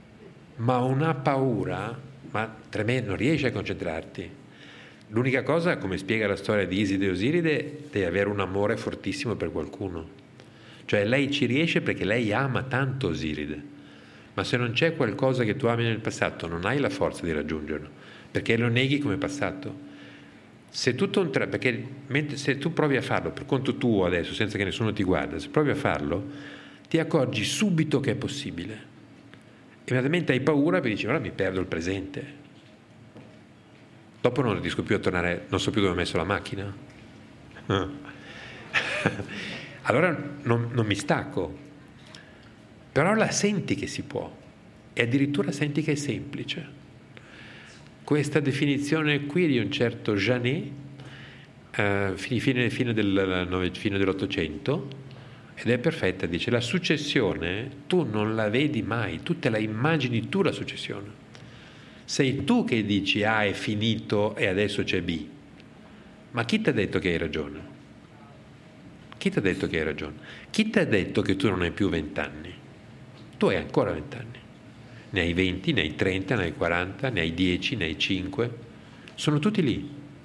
ma tremenda, non riesci a concentrarti. L'unica cosa, come spiega la storia di Iside e Osiride, devi avere un amore fortissimo per qualcuno. Cioè lei ci riesce perché lei ama tanto Osiride, ma se non c'è qualcosa che tu ami nel passato non hai la forza di raggiungerlo, perché lo neghi come passato. Se tu provi a farlo per conto tuo adesso, senza che nessuno ti guarda, se provi a farlo, ti accorgi subito che è possibile. Immediatamente hai paura perché dici, ora mi perdo il presente. Dopo non riesco più a tornare, non so più dove ho messo la macchina. Allora non mi stacco. Però la senti che si può e addirittura senti che è semplice. Questa definizione qui di un certo Janet, fine dell'Ottocento, ed è perfetta. Dice: la successione tu non la vedi mai, tu te la immagini tu la successione. Sei tu che dici A è finito e adesso c'è B. Ma chi ti ha detto che hai ragione? Chi ti ha detto che hai ragione? Chi ti ha detto che tu non hai più 20 anni? Tu hai ancora 20 anni. Ne hai 20, ne hai 30, ne hai 40, ne hai 10, ne hai 5. Sono tutti lì.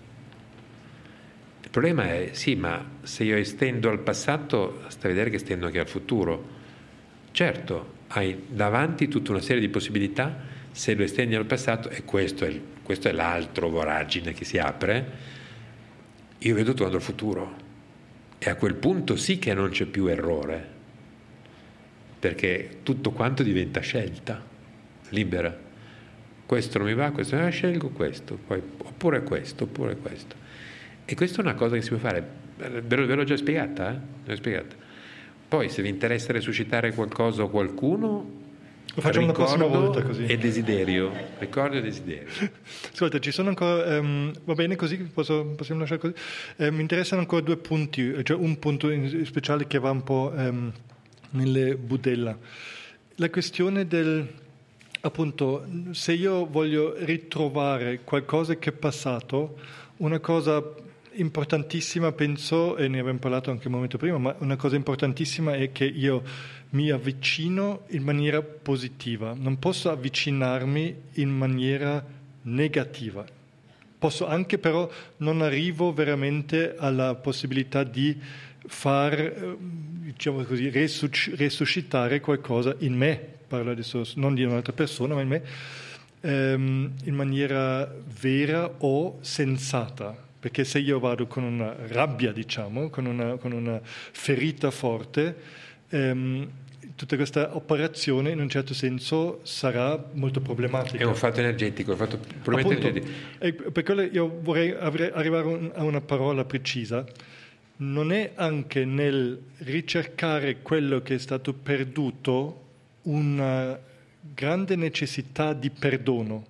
Il problema è, sì, ma se io estendo al passato, sta a vedere che estendo anche al futuro. Certo, hai davanti tutta una serie di possibilità. Se lo estendi al passato, e questo è l'altro voragine che si apre, io vedo tornando al futuro. E a quel punto sì che non c'è più errore, perché tutto quanto diventa scelta libera. Questo non mi va, questo non mi va, scelgo questo, poi, oppure questo, oppure questo. E questa è una cosa che si può fare, ve l'ho già spiegata, Ve l'ho spiegata. Poi se vi interessa resuscitare qualcosa o qualcuno,
lo facciamo la prossima volta così.
E desiderio, ricordo e desiderio.
Ascolta, ci sono ancora, va bene così, possiamo lasciare così. Mi interessano ancora 2 punti, cioè un punto in speciale che va un po' nelle budella. La questione del, appunto, se io voglio ritrovare qualcosa che è passato, una cosa importantissima, penso, e ne abbiamo parlato anche un momento prima, ma una cosa importantissima è che io mi avvicino in maniera positiva, non posso avvicinarmi in maniera negativa. Posso anche, però non arrivo veramente alla possibilità di far, diciamo così, resuscitare qualcosa in me, parlo adesso non di un'altra persona, ma in me, in maniera vera o sensata. Perché se io vado con una rabbia, diciamo, con una ferita forte, tutta questa operazione in un certo senso sarà molto problematica.
È un fatto energetico, è un fatto puramente energetico.
Per quello io vorrei arrivare a una parola precisa. Non è anche nel ricercare quello che è stato perduto una grande necessità di perdono?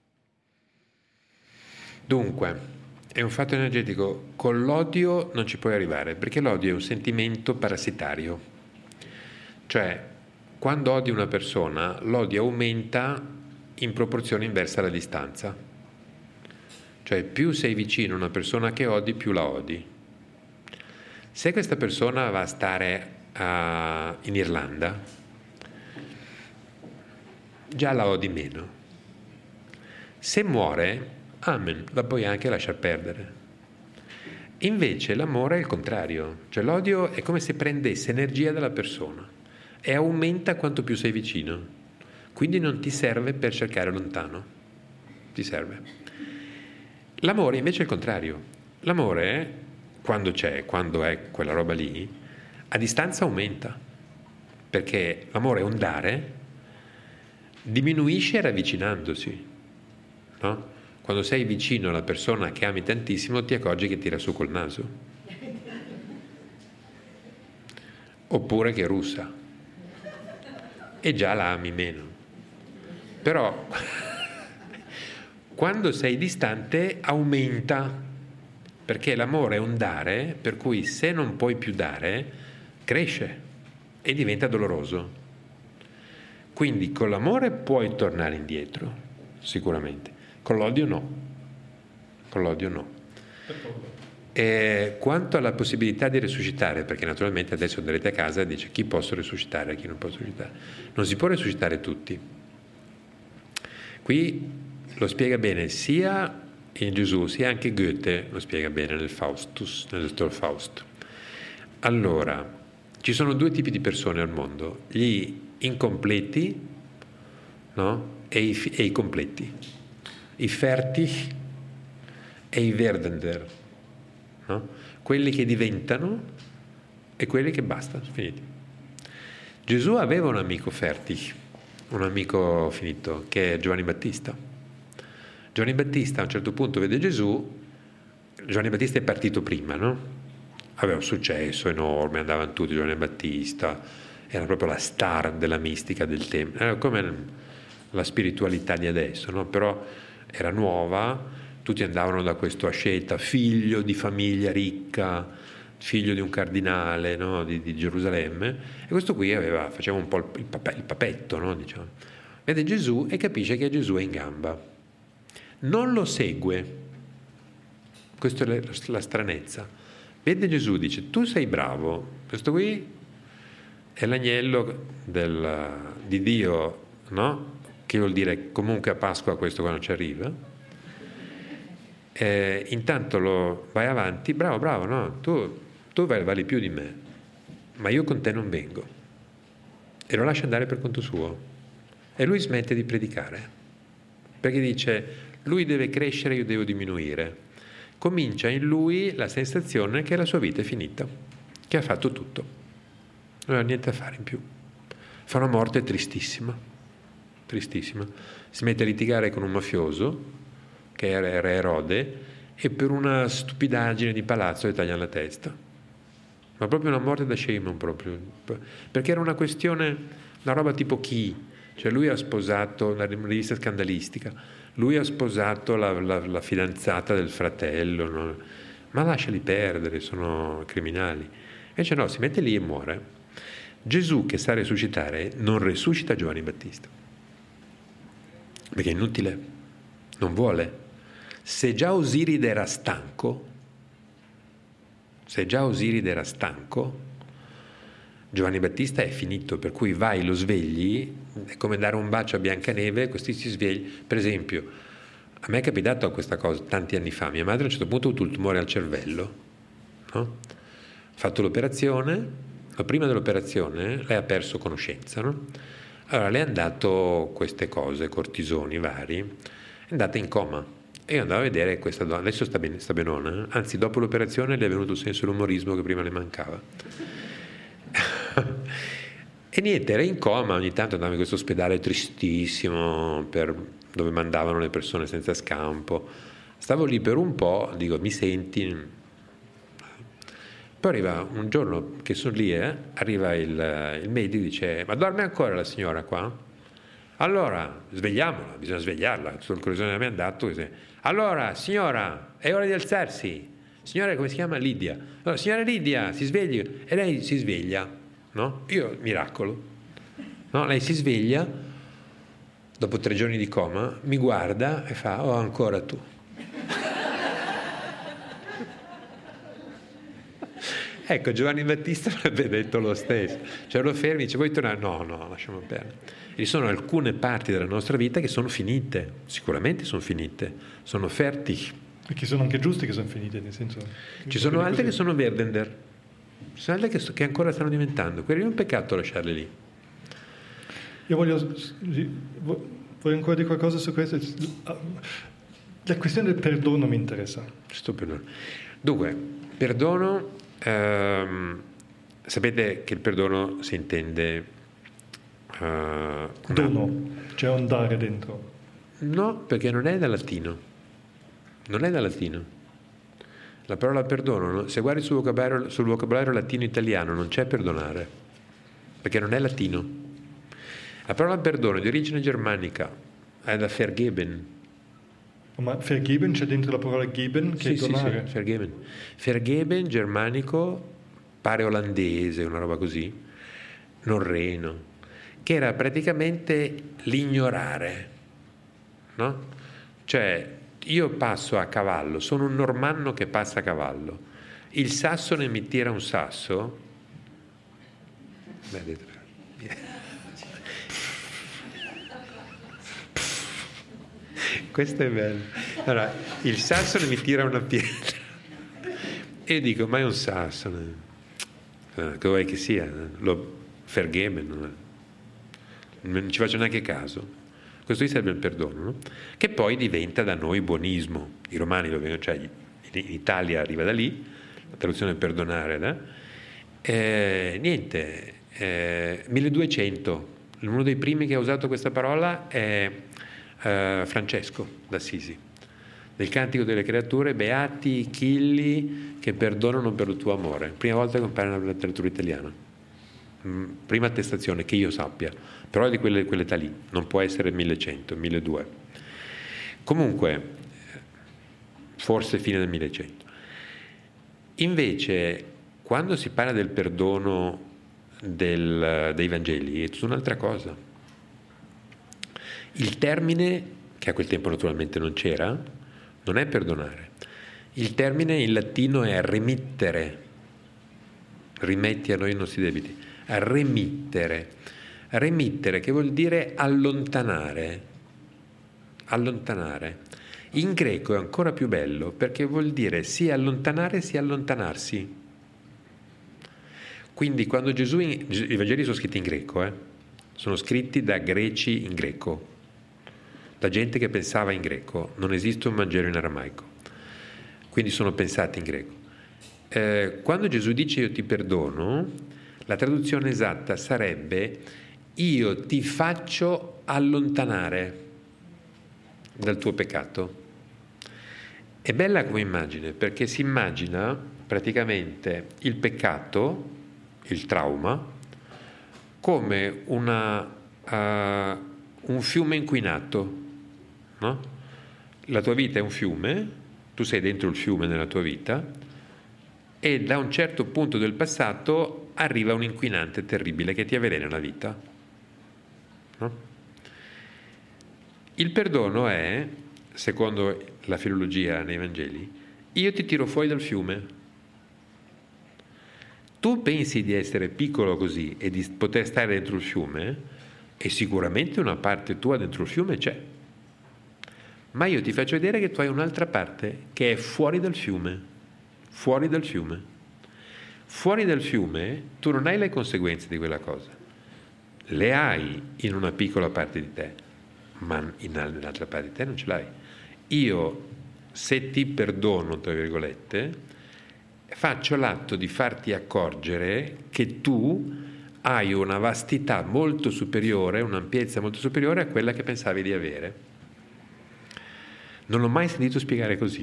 Dunque, è un fatto energetico. Con l'odio non ci puoi arrivare, perché l'odio è un sentimento parassitario. Cioè, quando odi una persona, l'odio aumenta in proporzione inversa alla distanza. Cioè, più sei vicino a una persona che odi, più la odi. Se questa persona va a stare in Irlanda, già la odi meno. Se muore, amen, la puoi anche lasciar perdere. Invece l'amore è il contrario, cioè l'odio è come se prendesse energia dalla persona e aumenta quanto più sei vicino, quindi non ti serve per cercare lontano, ti serve. L'amore invece è il contrario. L'amore, quando è quella roba lì, a distanza aumenta, perché l'amore è un dare, diminuisce ravvicinandosi, no? Quando sei vicino alla persona che ami tantissimo, ti accorgi che tira su col naso. Oppure che russa. E già la ami meno. Però, quando sei distante, aumenta. Perché l'amore è un dare, per cui se non puoi più dare, cresce e diventa doloroso. Quindi con l'amore puoi tornare indietro, sicuramente. Con l'odio no. Con l'odio no. E quanto alla possibilità di resuscitare, perché naturalmente adesso andrete a casa e dice chi posso resuscitare e chi non posso resuscitare. Non si può resuscitare tutti. Qui lo spiega bene sia in Gesù, sia anche Goethe lo spiega bene nel Faustus, nel dottor Faust. Allora, ci sono 2 tipi di persone al mondo, gli incompleti, no? e i completi. I fertig e i werdender, no? Quelli che diventano e quelli che basta, finiti. Gesù aveva un amico fertig, un amico finito, che è Giovanni Battista. Giovanni Battista a un certo punto vede Gesù. Giovanni Battista è partito prima, no? Aveva un successo enorme, andavano tutti. Giovanni Battista era proprio la star della mistica del tempo, era come la spiritualità di adesso, no? Però era nuova, tutti andavano da questo asceta, figlio di famiglia ricca, figlio di un cardinale, no? di Gerusalemme, e questo qui faceva un po' il papetto, no? Diciamo. Vede Gesù e capisce che Gesù è in gamba. Non lo segue, questa è la stranezza. Vede Gesù, dice: tu sei bravo, questo qui è l'agnello di Dio, no? Che vuol dire comunque a Pasqua questo qua non ci arriva. Intanto vai avanti, bravo, no? Tu vali più di me, ma io con te non vengo. E lo lascia andare per conto suo. E lui smette di predicare, perché dice: lui deve crescere, io devo diminuire. Comincia in lui la sensazione che la sua vita è finita, che ha fatto tutto, non ha niente a fare in più. Fa una morte tristissima, tristissima. Si mette a litigare con un mafioso, che era Re Erode, e per una stupidaggine di palazzo gli tagliano la testa. Ma proprio una morte da scemo, proprio. Perché era una questione, una roba tipo chi? Cioè lui ha sposato, una rivista scandalistica, lui ha sposato la fidanzata del fratello, no? Ma lasciali perdere, sono criminali. Invece no, si mette lì e muore. Gesù, che sa resuscitare, non resuscita Giovanni Battista, perché è inutile, non vuole. Se già Osiride era stanco, Giovanni Battista è finito, per cui vai, lo svegli, è come dare un bacio a Biancaneve, questi si svegli. Per esempio, a me è capitato questa cosa tanti anni fa, mia madre a un certo punto ha avuto il tumore al cervello, no? Ha fatto l'operazione, ma prima dell'operazione lei ha perso conoscenza, no? Allora le hanno dato queste cose, cortisoni vari, è andata in coma. E io andavo a vedere questa donna, adesso sta benona, anzi dopo l'operazione le è venuto il senso dell'umorismo che prima le mancava. E niente, era in coma, ogni tanto andavo in questo ospedale tristissimo dove mandavano le persone senza scampo. Stavo lì per un po', dico: mi senti? Poi arriva un giorno che sono lì, arriva il medico e dice: ma dorme ancora la signora qua? Allora svegliamola, bisogna svegliarla. Sul corrisone mi hanno dato, allora signora, è ora di alzarsi. Signora, come si chiama? Lidia. Allora, signora Lidia, si svegli. E lei si sveglia, no? Io, miracolo, no? Lei si sveglia dopo 3 giorni di coma, mi guarda e fa: oh, ancora tu. Ecco, Giovanni Battista avrebbe detto lo stesso. Cioè lo fermi e dice: vuoi tornare? No, lasciamo perdere. Ci sono alcune parti della nostra vita che sono finite, sicuramente sono finite, sono fertili.
E che sono anche giuste che sono finite, nel senso...
Ci sono altre che sono Werdender, ci sono altre che ancora stanno diventando. Quello è un peccato lasciarle lì.
Io voglio ancora dire qualcosa su questo. La questione del perdono mi interessa.
Perdono. Dunque, perdono, sapete che il perdono si intende...
dono, cioè un dare dentro.
No, perché non è da latino. Non è da latino. La parola perdono, no? Se guardi sul vocabolario latino-italiano non c'è perdonare, perché non è latino. La parola perdono è di origine germanica, è da vergeben.
Ma vergeben c'è dentro la parola geben, che
sì,
è donare?
Sì, vergeben. Vergeben, germanico, pare olandese, una roba così, norreno, che era praticamente l'ignorare, no? Cioè, io passo a cavallo, sono un normanno che passa a cavallo, il sassone mi tira un sasso, questo è bello. Allora, il sassone mi tira una pietra e io dico: ma è un sassone, che vuoi che sia? Lo vergeben, non ci faccio neanche caso. Questo qui serve il perdono, no? Che poi diventa da noi buonismo. I romani lo vengono, cioè in Italia arriva da lì, la traduzione del perdonare, no? 1200, uno dei primi che ha usato questa parola è Francesco d'Assisi, del Cantico delle Creature: beati i chilli che perdonano per il tuo amore. Prima volta che compare nella letteratura italiana, prima attestazione che io sappia, però è di quell'età lì, non può essere 1100, 1200. Comunque, forse fine del 1100. Invece quando si parla del perdono dei Vangeli è tutta un'altra cosa. Il termine, che a quel tempo naturalmente non c'era, non è perdonare. Il termine in latino è remittere. Rimetti a noi i nostri debiti. Remittere. Remittere, che vuol dire allontanare. Allontanare. In greco è ancora più bello perché vuol dire sia allontanare sia allontanarsi. Quindi quando Gesù, i Vangeli sono scritti in greco, sono scritti da greci in greco, da gente che pensava in greco, non esiste un Vangelo in aramaico, quindi sono pensati in greco. Quando Gesù dice io ti perdono, la traduzione esatta sarebbe io ti faccio allontanare dal tuo peccato. È bella come immagine perché si immagina praticamente il peccato, il trauma, come un fiume inquinato, no? La tua vita è un fiume, tu sei dentro il fiume nella tua vita e da un certo punto del passato arriva un inquinante terribile che ti avvelena la vita, no? Il perdono è, secondo la filologia nei Vangeli, io ti tiro fuori dal fiume. Tu pensi di essere piccolo così e di poter stare dentro il fiume e sicuramente una parte tua dentro il fiume c'è, ma io ti faccio vedere che tu hai un'altra parte che è fuori dal fiume. Fuori dal fiume. Fuori dal fiume tu non hai le conseguenze di quella cosa, le hai in una piccola parte di te, ma in un'altra parte di te non ce l'hai. Io, se ti perdono, tra virgolette, faccio l'atto di farti accorgere che tu hai una vastità molto superiore, un'ampiezza molto superiore a quella che pensavi di avere. Non l'ho mai sentito spiegare così.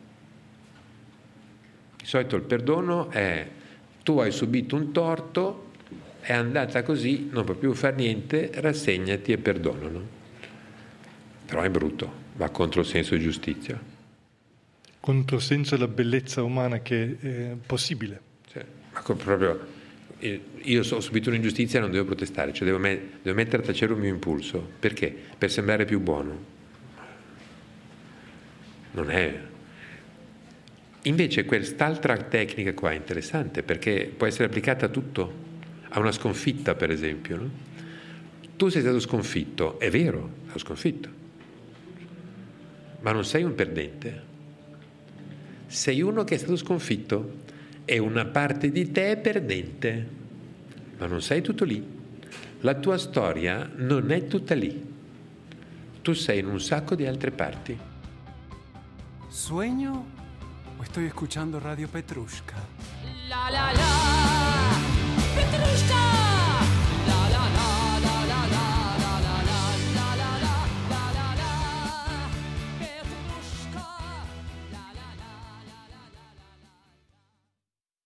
Di solito il perdono è tu hai subito un torto, è andata così, non puoi più fare niente, rassegnati e perdonalo. Però è brutto, va contro il senso di giustizia.
Controsenso alla bellezza umana che è possibile.
Cioè, ma proprio io ho subito un'ingiustizia e non devo protestare, cioè devo mettere a tacere un mio impulso. Perché? Per sembrare più buono. Non è. Invece quest'altra tecnica qua è interessante perché può essere applicata a tutto, a una sconfitta per esempio, no? Tu sei stato sconfitto, è vero, sei sconfitto, ma non sei un perdente. Sei uno che è stato sconfitto e una parte di te è perdente, ma non sei tutto lì. La tua storia non è tutta lì. Tu sei in un sacco di altre parti.
¿Sueño o estoy escuchando Radio Petrushka?
La la la, Petrushka.